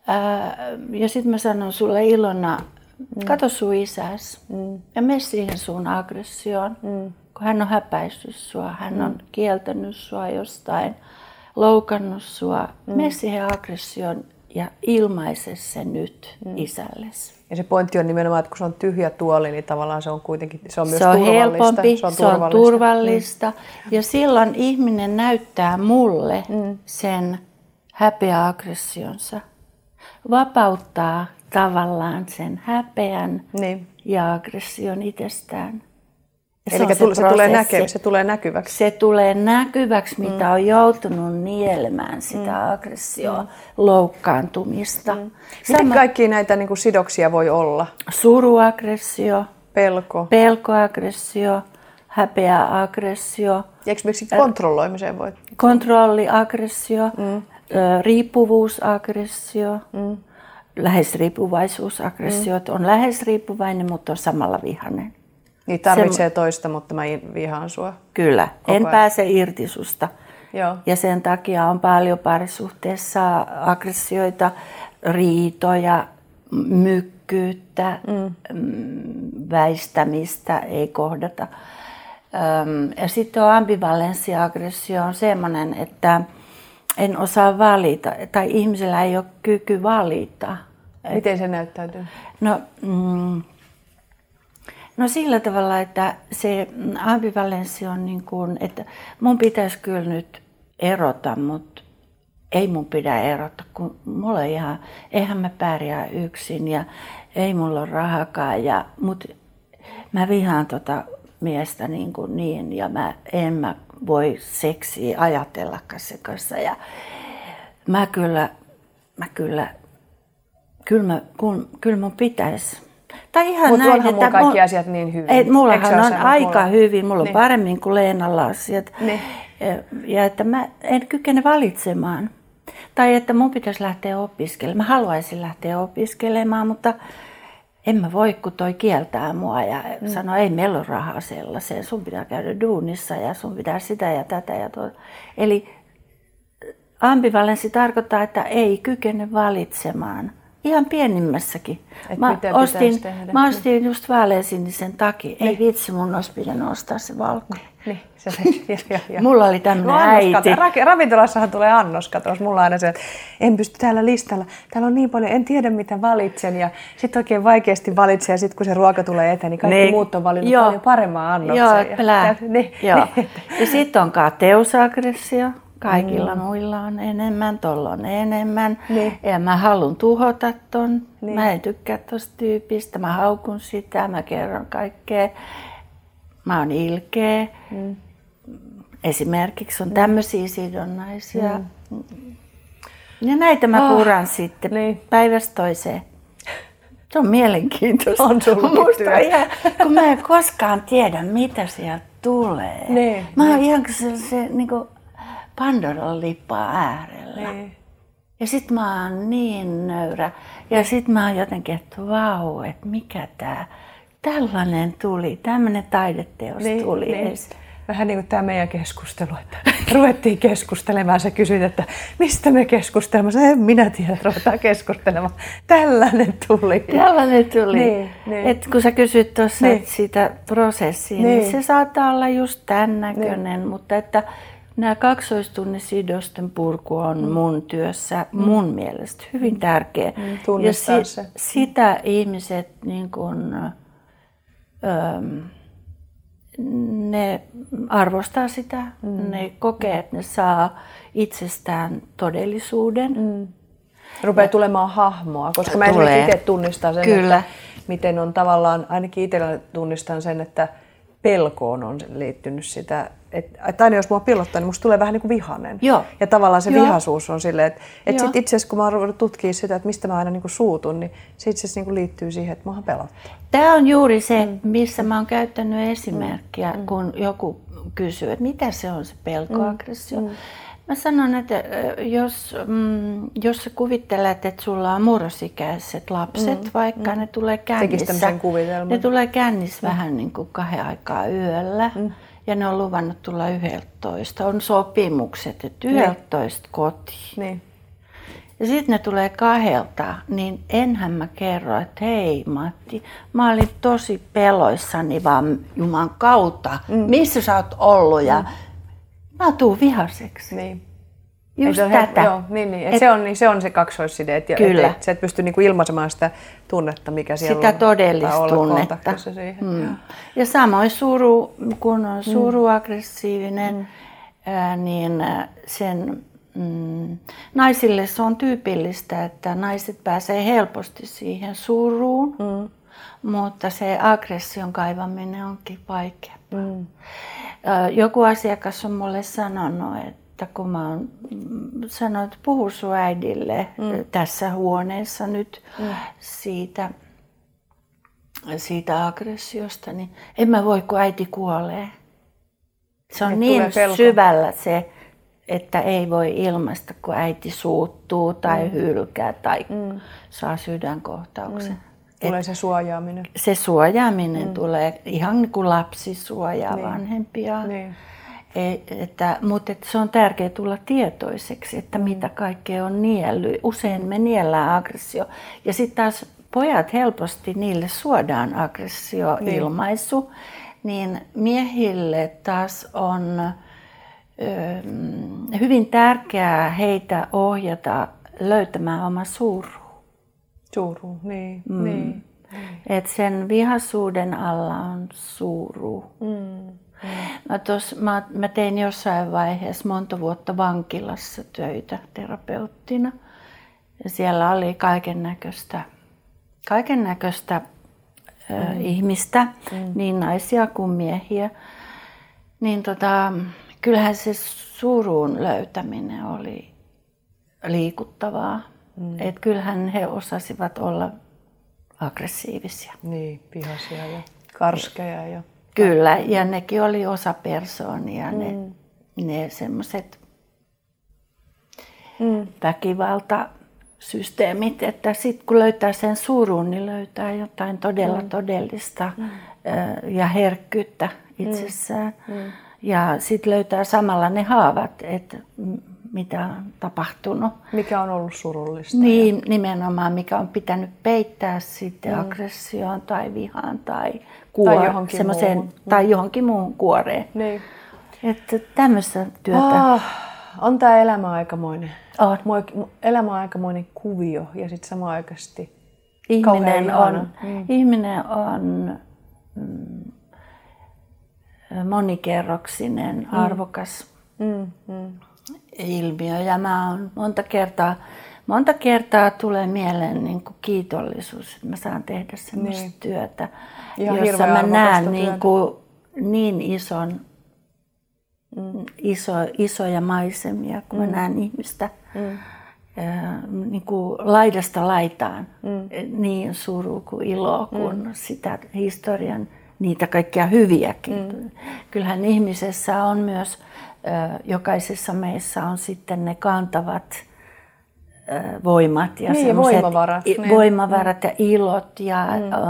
Ja sitten mä sanon sulle Ilona, kato sun isäs ja mene siihen sun aggressioon, kun hän on häpäissyt sua, hän on kieltänyt sua jostain, loukannut sua. Mene siihen aggressioon ja ilmaise se nyt isällesi. Ja se pointti on nimenomaan, että kun se on tyhjä tuoli, niin tavallaan se on kuitenkin, se on myös se on turvallista. Helpompi, se on turvallista. Ja silloin ihminen näyttää mulle sen häpeä aggressionsa. Vapauttaa tavallaan sen häpeän ja aggression itsestään. Eli se tulee näkyväksi. Se tulee näkyväksi, mitä on joutunut nielemään sitä aggressioa, loukkaantumista. Miten kaikkia näitä niin kuin sidoksia voi olla? Suruaggressio, pelkoaggressio, häpeäaggressio. Ja esimerkiksi kontrolloimiseen voi? Kontrolliaggressio, riippuvuusaggressio, läheisriippuvaisuusaggressio. On läheisriippuvainen, mutta on samalla vihainen. Niin tarvitsee toista, mutta mä vihaan sua. Kyllä, en pääse irti susta. Joo. Ja sen takia on paljon parisuhteessa aggressioita, riitoja, mykkyyttä, väistämistä, ei kohdata. Ja sitten on ambivalenssiaggressio on semmoinen, että en osaa valita, tai ihmisellä ei ole kyky valita. Miten se näyttäytyy? No sillä tavalla, että se ambivalenssi on niin kuin, että mun pitäisi kyllä nyt erota, mutta ei mun pidä erota, kun mulla on eihän mä pärjää yksin ja ei mulla ole rahakaan, mutta mä vihaan tota miestä niin ja en mä voi seksiä ajatellakaan se kanssa ja kyllä mun pitäisi. Mutta onhan mulla kaikki asiat niin hyvin. Mullahan on aika hyvin, mulla on paremmin kuin Leenalla asiat. Ja että mä en kykene valitsemaan. Tai että mun pitäisi lähteä opiskelemaan. Mä haluaisin lähteä opiskelemaan, mutta en mä voi, kun toi kieltää mua ja sanoo, ei meillä ole rahaa sellaiseen. Sun pitää käydä duunissa ja sun pitää sitä ja tätä ja tuota. Eli ambivalenssi tarkoittaa, että ei kykene valitsemaan. Ihan pienimmässäkin. Mä ostin just vaaleansinisen takin. Ei vitsi, mun olisi pitänyt ostaa se valkoinen. Mulla oli tämmöinen äiti. Ravintolassahan tulee annos, katos. Mulla on aina se, että en pysty täällä listalla. Täällä on niin paljon, en tiedä mitä valitsen. Ja sitten oikein vaikeasti valitsen. Ja sitten kun se ruoka tulee eteen, niin kaikki muut on valinnut paljon paremman annoksen. Ja sitten on kateusaggressio. Kaikilla muilla on enemmän, tolla on enemmän. Ja mä haluan tuhota ton. Mä en tykkää tosta tyypistä. Mä haukun sitä, mä kerron kaikkea. Mä oon ilkeä. Esimerkiksi on tämmöisiä sidonnaisia. Ja näitä mä puran sitten päivästä toiseen. Se on mielenkiintoista. On musta ihan, kun mä en koskaan tiedä, mitä sieltä tulee. Mä oon ihan se niinku Pandoran lippaa äärellä. Ja sit mä oon niin nöyrä. Ja sit mä oon jotenkin, että vau, että mikä tällainen tuli, tämmönen taideteos tuli. Vähän niin kuin tämä meidän keskustelu, että ruvettiin keskustelemaan. Sä kysyit, että mistä me keskustelemme? En minä tiedä, ruvetaan keskustelemaan. Tällainen tuli. Et kun sä kysyt tuossa siitä prosessia, niin se saattaa olla just tämän näköinen, mutta että nämä kaksoistunnin sidosten purku on mun työssä mun mielestä hyvin tärkeä. Tunnistaa ja se. Sitä ihmiset niin kun, ne arvostaa sitä, ne kokee, että ne saa itsestään todellisuuden. Rupeaa tulemaan hahmoa, koska mä esimerkiksi itse tunnistan sen, että miten on tavallaan, ainakin itsellä tunnistan sen, että pelkoon on liittynyt sitä, että aina jos mua pelottaa, niin musta tulee vähän niin kuin vihainen. Ja tavallaan se vihaisuus on silleen, että sit itse asiassa kun mä oon ruvennut tutkimaan sitä, että mistä mä aina niin kuin suutun, niin se itse asiassa niin kuin liittyy siihen, että muahan pelottaa. Tämä on juuri se, missä mä oon käyttänyt esimerkkiä, kun joku kysyy, että mitä se on se pelkoaggressio. Mä sanon, että jos sä kuvittelet, että sulla on murrosikäiset lapset, vaikka ne tulee kännissä vähän niin kuin 2 aikaa yöllä ja ne on luvannut tulla 11. On sopimukset, että 11 kotiin. Ja sitten ne tulee kahdelta, niin enhän mä kerro, että hei Matti, mä olin tosi peloissani vaan Juman kautta. Missä sä oot ollut? Ja mä tuun vihaseksi. Niin. Just tätä. Joo, se on se kaksoisside, että sä et pysty niinku ilmaisemaan sitä tunnetta, mikä siellä sitä on. Sitä todellista tunnetta. Ja samoin suru, kun on suruaggressiivinen, niin sen naisille se on tyypillistä, että naiset pääsee helposti siihen suruun, mutta se aggression kaivaminen onkin vaikeaa. Joku asiakas on mulle sanonut, että kun mä oon sanonut, että puhu sun äidille tässä huoneessa nyt siitä aggressiosta, niin en mä voi, kun äiti kuolee. Se on niin syvällä se, että ei voi ilmaista, kun äiti suuttuu tai hylkää tai saa sydänkohtauksen. Tulee se suojaaminen. Se suojaaminen tulee ihan niin kuin lapsi suojaa vanhempiaan. Niin. Mutta se on tärkeää tulla tietoiseksi, että mitä kaikkea on niellyt. Usein me niellään aggressio. Ja sitten taas pojat helposti, niille suodaan aggressioilmaisu. Niin miehille taas on hyvin tärkeää heitä ohjata löytämään oma suru. Suru, niin. Et sen vihaisuuden alla on suru. Mä tein jossain vaiheessa monta vuotta vankilassa töitä terapeuttina. Ja siellä oli kaiken näköistä ihmistä, niin naisia kuin miehiä. Niin kyllähän se surun löytäminen oli liikuttavaa. Et kyllähän he osasivat olla aggressiivisia. Niin, vihaisia ja karskeja. Ja... Kyllä, ja nekin oli osa persoonia, ne semmoiset väkivaltasysteemit, että sitten kun löytää sen surun, niin löytää jotain todella todellista ja herkkyyttä itsessään. Ja sitten löytää samalla ne haavat, että mitä on tapahtunut. Mikä on ollut surullista. Niin, nimenomaan, mikä on pitänyt peittää sitten aggressioon tai vihaan tai johonkin muuhun kuoreen. Niin. Että tämmöistä työtä. On tämä elämä aikamoinen. On. Elämä on aikamoinen kuvio ja sitten samanaikaisesti ihminen on monikerroksinen, arvokas ilmiö. Ja mä oon monta kertaa tulee mieleen niin kuin kiitollisuus, että mä saan tehdä semmoista työtä, jossa mä näen niin isoja maisemia, kun mä näen ihmistä niin kuin laidasta laitaan, niin suru kuin ilo, kuin sitä historian niitä kaikkia hyviäkin. Kyllähän ihmisessä on myös, jokaisessa meissä on sitten ne kantavat voimat ja voimavarat ja ilot ja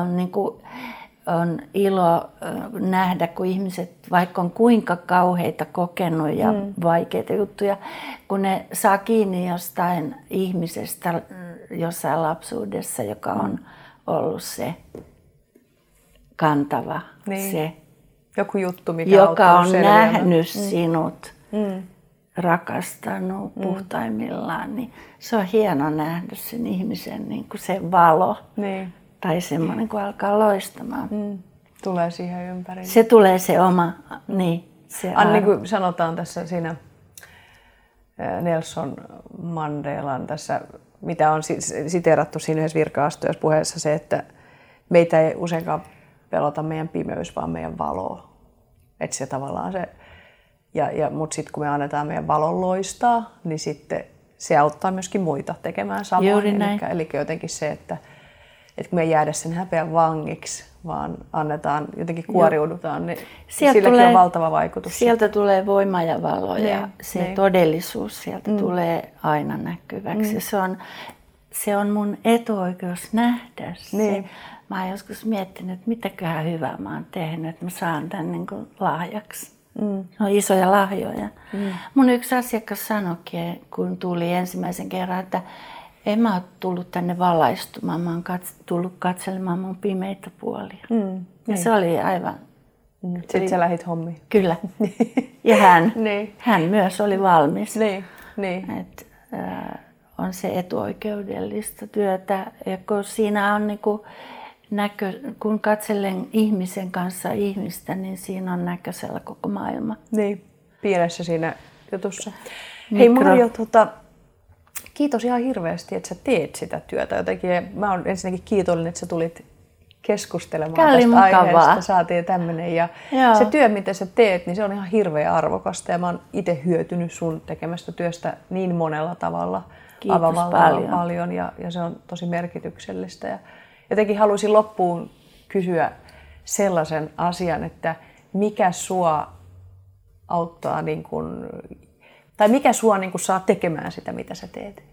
on ilo nähdä, kun ihmiset, vaikka on kuinka kauheita kokenut ja vaikeita juttuja, kun ne saa kiinni jostain ihmisestä jossain lapsuudessa, joka on ollut se kantava, se, joku juttu, mikä joka on nähnyt sinut, rakastanut puhtaimmillaan, niin se on hieno nähdä sen ihmisen niin kuin se valo. Niin. Tai semmoinen, kun alkaa loistamaan. Tulee siihen ympärille. Se tulee se oma, niin kuin sanotaan tässä siinä Nelson Mandelan tässä, mitä on siteerattu siinä yhdessä virka-astujaispuheessa, se, että meitä ei useinkaan pelota meidän pimeys, vaan meidän valo. Että se tavallaan se, mutta sitten kun me annetaan meidän valon loistaa, niin sitten se auttaa myöskin muita tekemään samoin. Eli jotenkin se, että kun me ei jäädä sen häpeän vangiksi, vaan annetaan, jotenkin kuoriudutaan, niin silläkin on valtava vaikutus. Sieltä tulee voima ja valo ja se todellisuus sieltä tulee aina näkyväksi. Se on mun etuoikeus nähdä se. Mä oon joskus miettinyt, että mitäköhän hyvää mä oon tehnyt, että mä saan tämän niin kuin lahjaksi. Ne on isoja lahjoja. Mun yksi asiakas sanoikin, kun tuli ensimmäisen kerran, että En mä ole tullut tänne valaistumaan, mä oon tullut katselemaan mun pimeitä puolia. Ja niin. se oli aivan... Sitten sä lähit hommiin. Kyllä. Ja hän myös oli valmis. Niin. On se etuoikeudellista työtä. Ja kun siinä on niinku kun katselen ihmisen kanssa ihmistä, niin siinä on näköisellä koko maailma. Niin, pienessä siinä jutussa. Hei Marjo, kiitos ihan hirveästi, että sä teet sitä työtä jotenkin. Mä oon ensinnäkin kiitollinen, että sä tulit keskustelemaan tästä aiheesta. Saatiin tämmönen. Ja se työ, mitä sä teet, niin se on ihan hirveän arvokasta. Ja mä oon itse hyötynyt sun tekemästä työstä niin monella tavalla. Kiitos paljon ja se on tosi merkityksellistä. Ja jotenkin haluaisin loppuun kysyä sellaisen asian, että mikä sua auttaa, tai mikä sua saa tekemään sitä, mitä sä teet?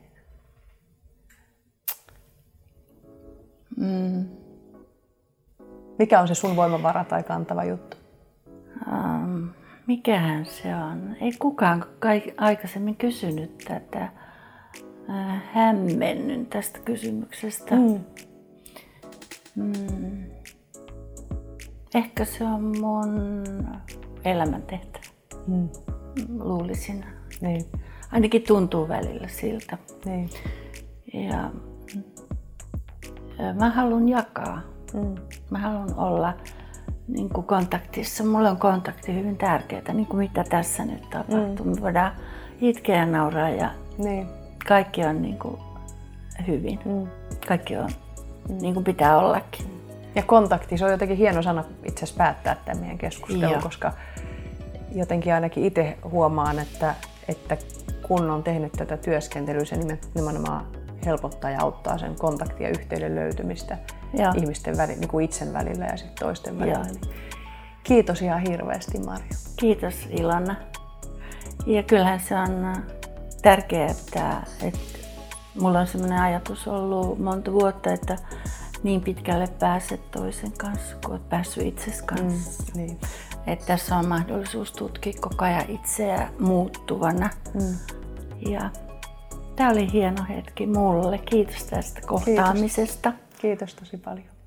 Mikä on se sun voimavara tai kantava juttu? Mikähän se on? Ei kukaan aikaisemmin kysynyt tätä. Hämmennyn tästä kysymyksestä. Ehkä se on mun elämäntehtävä. Luulisin. Niin. Ainakin tuntuu välillä siltä. Niin. Ja mä haluan jakaa. Mä haluan olla kontaktissa. Mulle on kontakti hyvin tärkeää, niin kuin mitä tässä nyt tapahtuu. Me voidaan itkeä ja nauraa ja kaikki on hyvin. Kaikki on niin kuin pitää ollakin. Ja kontakti, se on jotenkin hieno sana itse asiassa päättää tämän meidän keskustelun, koska jotenkin ainakin itse huomaan, että kun on tehnyt tätä työskentelyä, se nimenomaan helpottaa ja auttaa sen kontaktin ja yhteyden löytymistä ihmisten välillä, niin kuin itsen välillä ja sitten toisten välillä. Niin kiitos ihan hirveästi, Marjo. Kiitos, Ilona. Ja kyllähän se on tärkeää, että mulla on sellainen ajatus ollut monta vuotta, että niin pitkälle pääset toisen kanssa, kun olet päässyt itsesi kanssa. Niin. Että tässä on mahdollisuus tutkia koko ajan itseä muuttuvana. Ja tämä oli hieno hetki mulle. Kiitos tästä kohtaamisesta. Kiitos tosi paljon.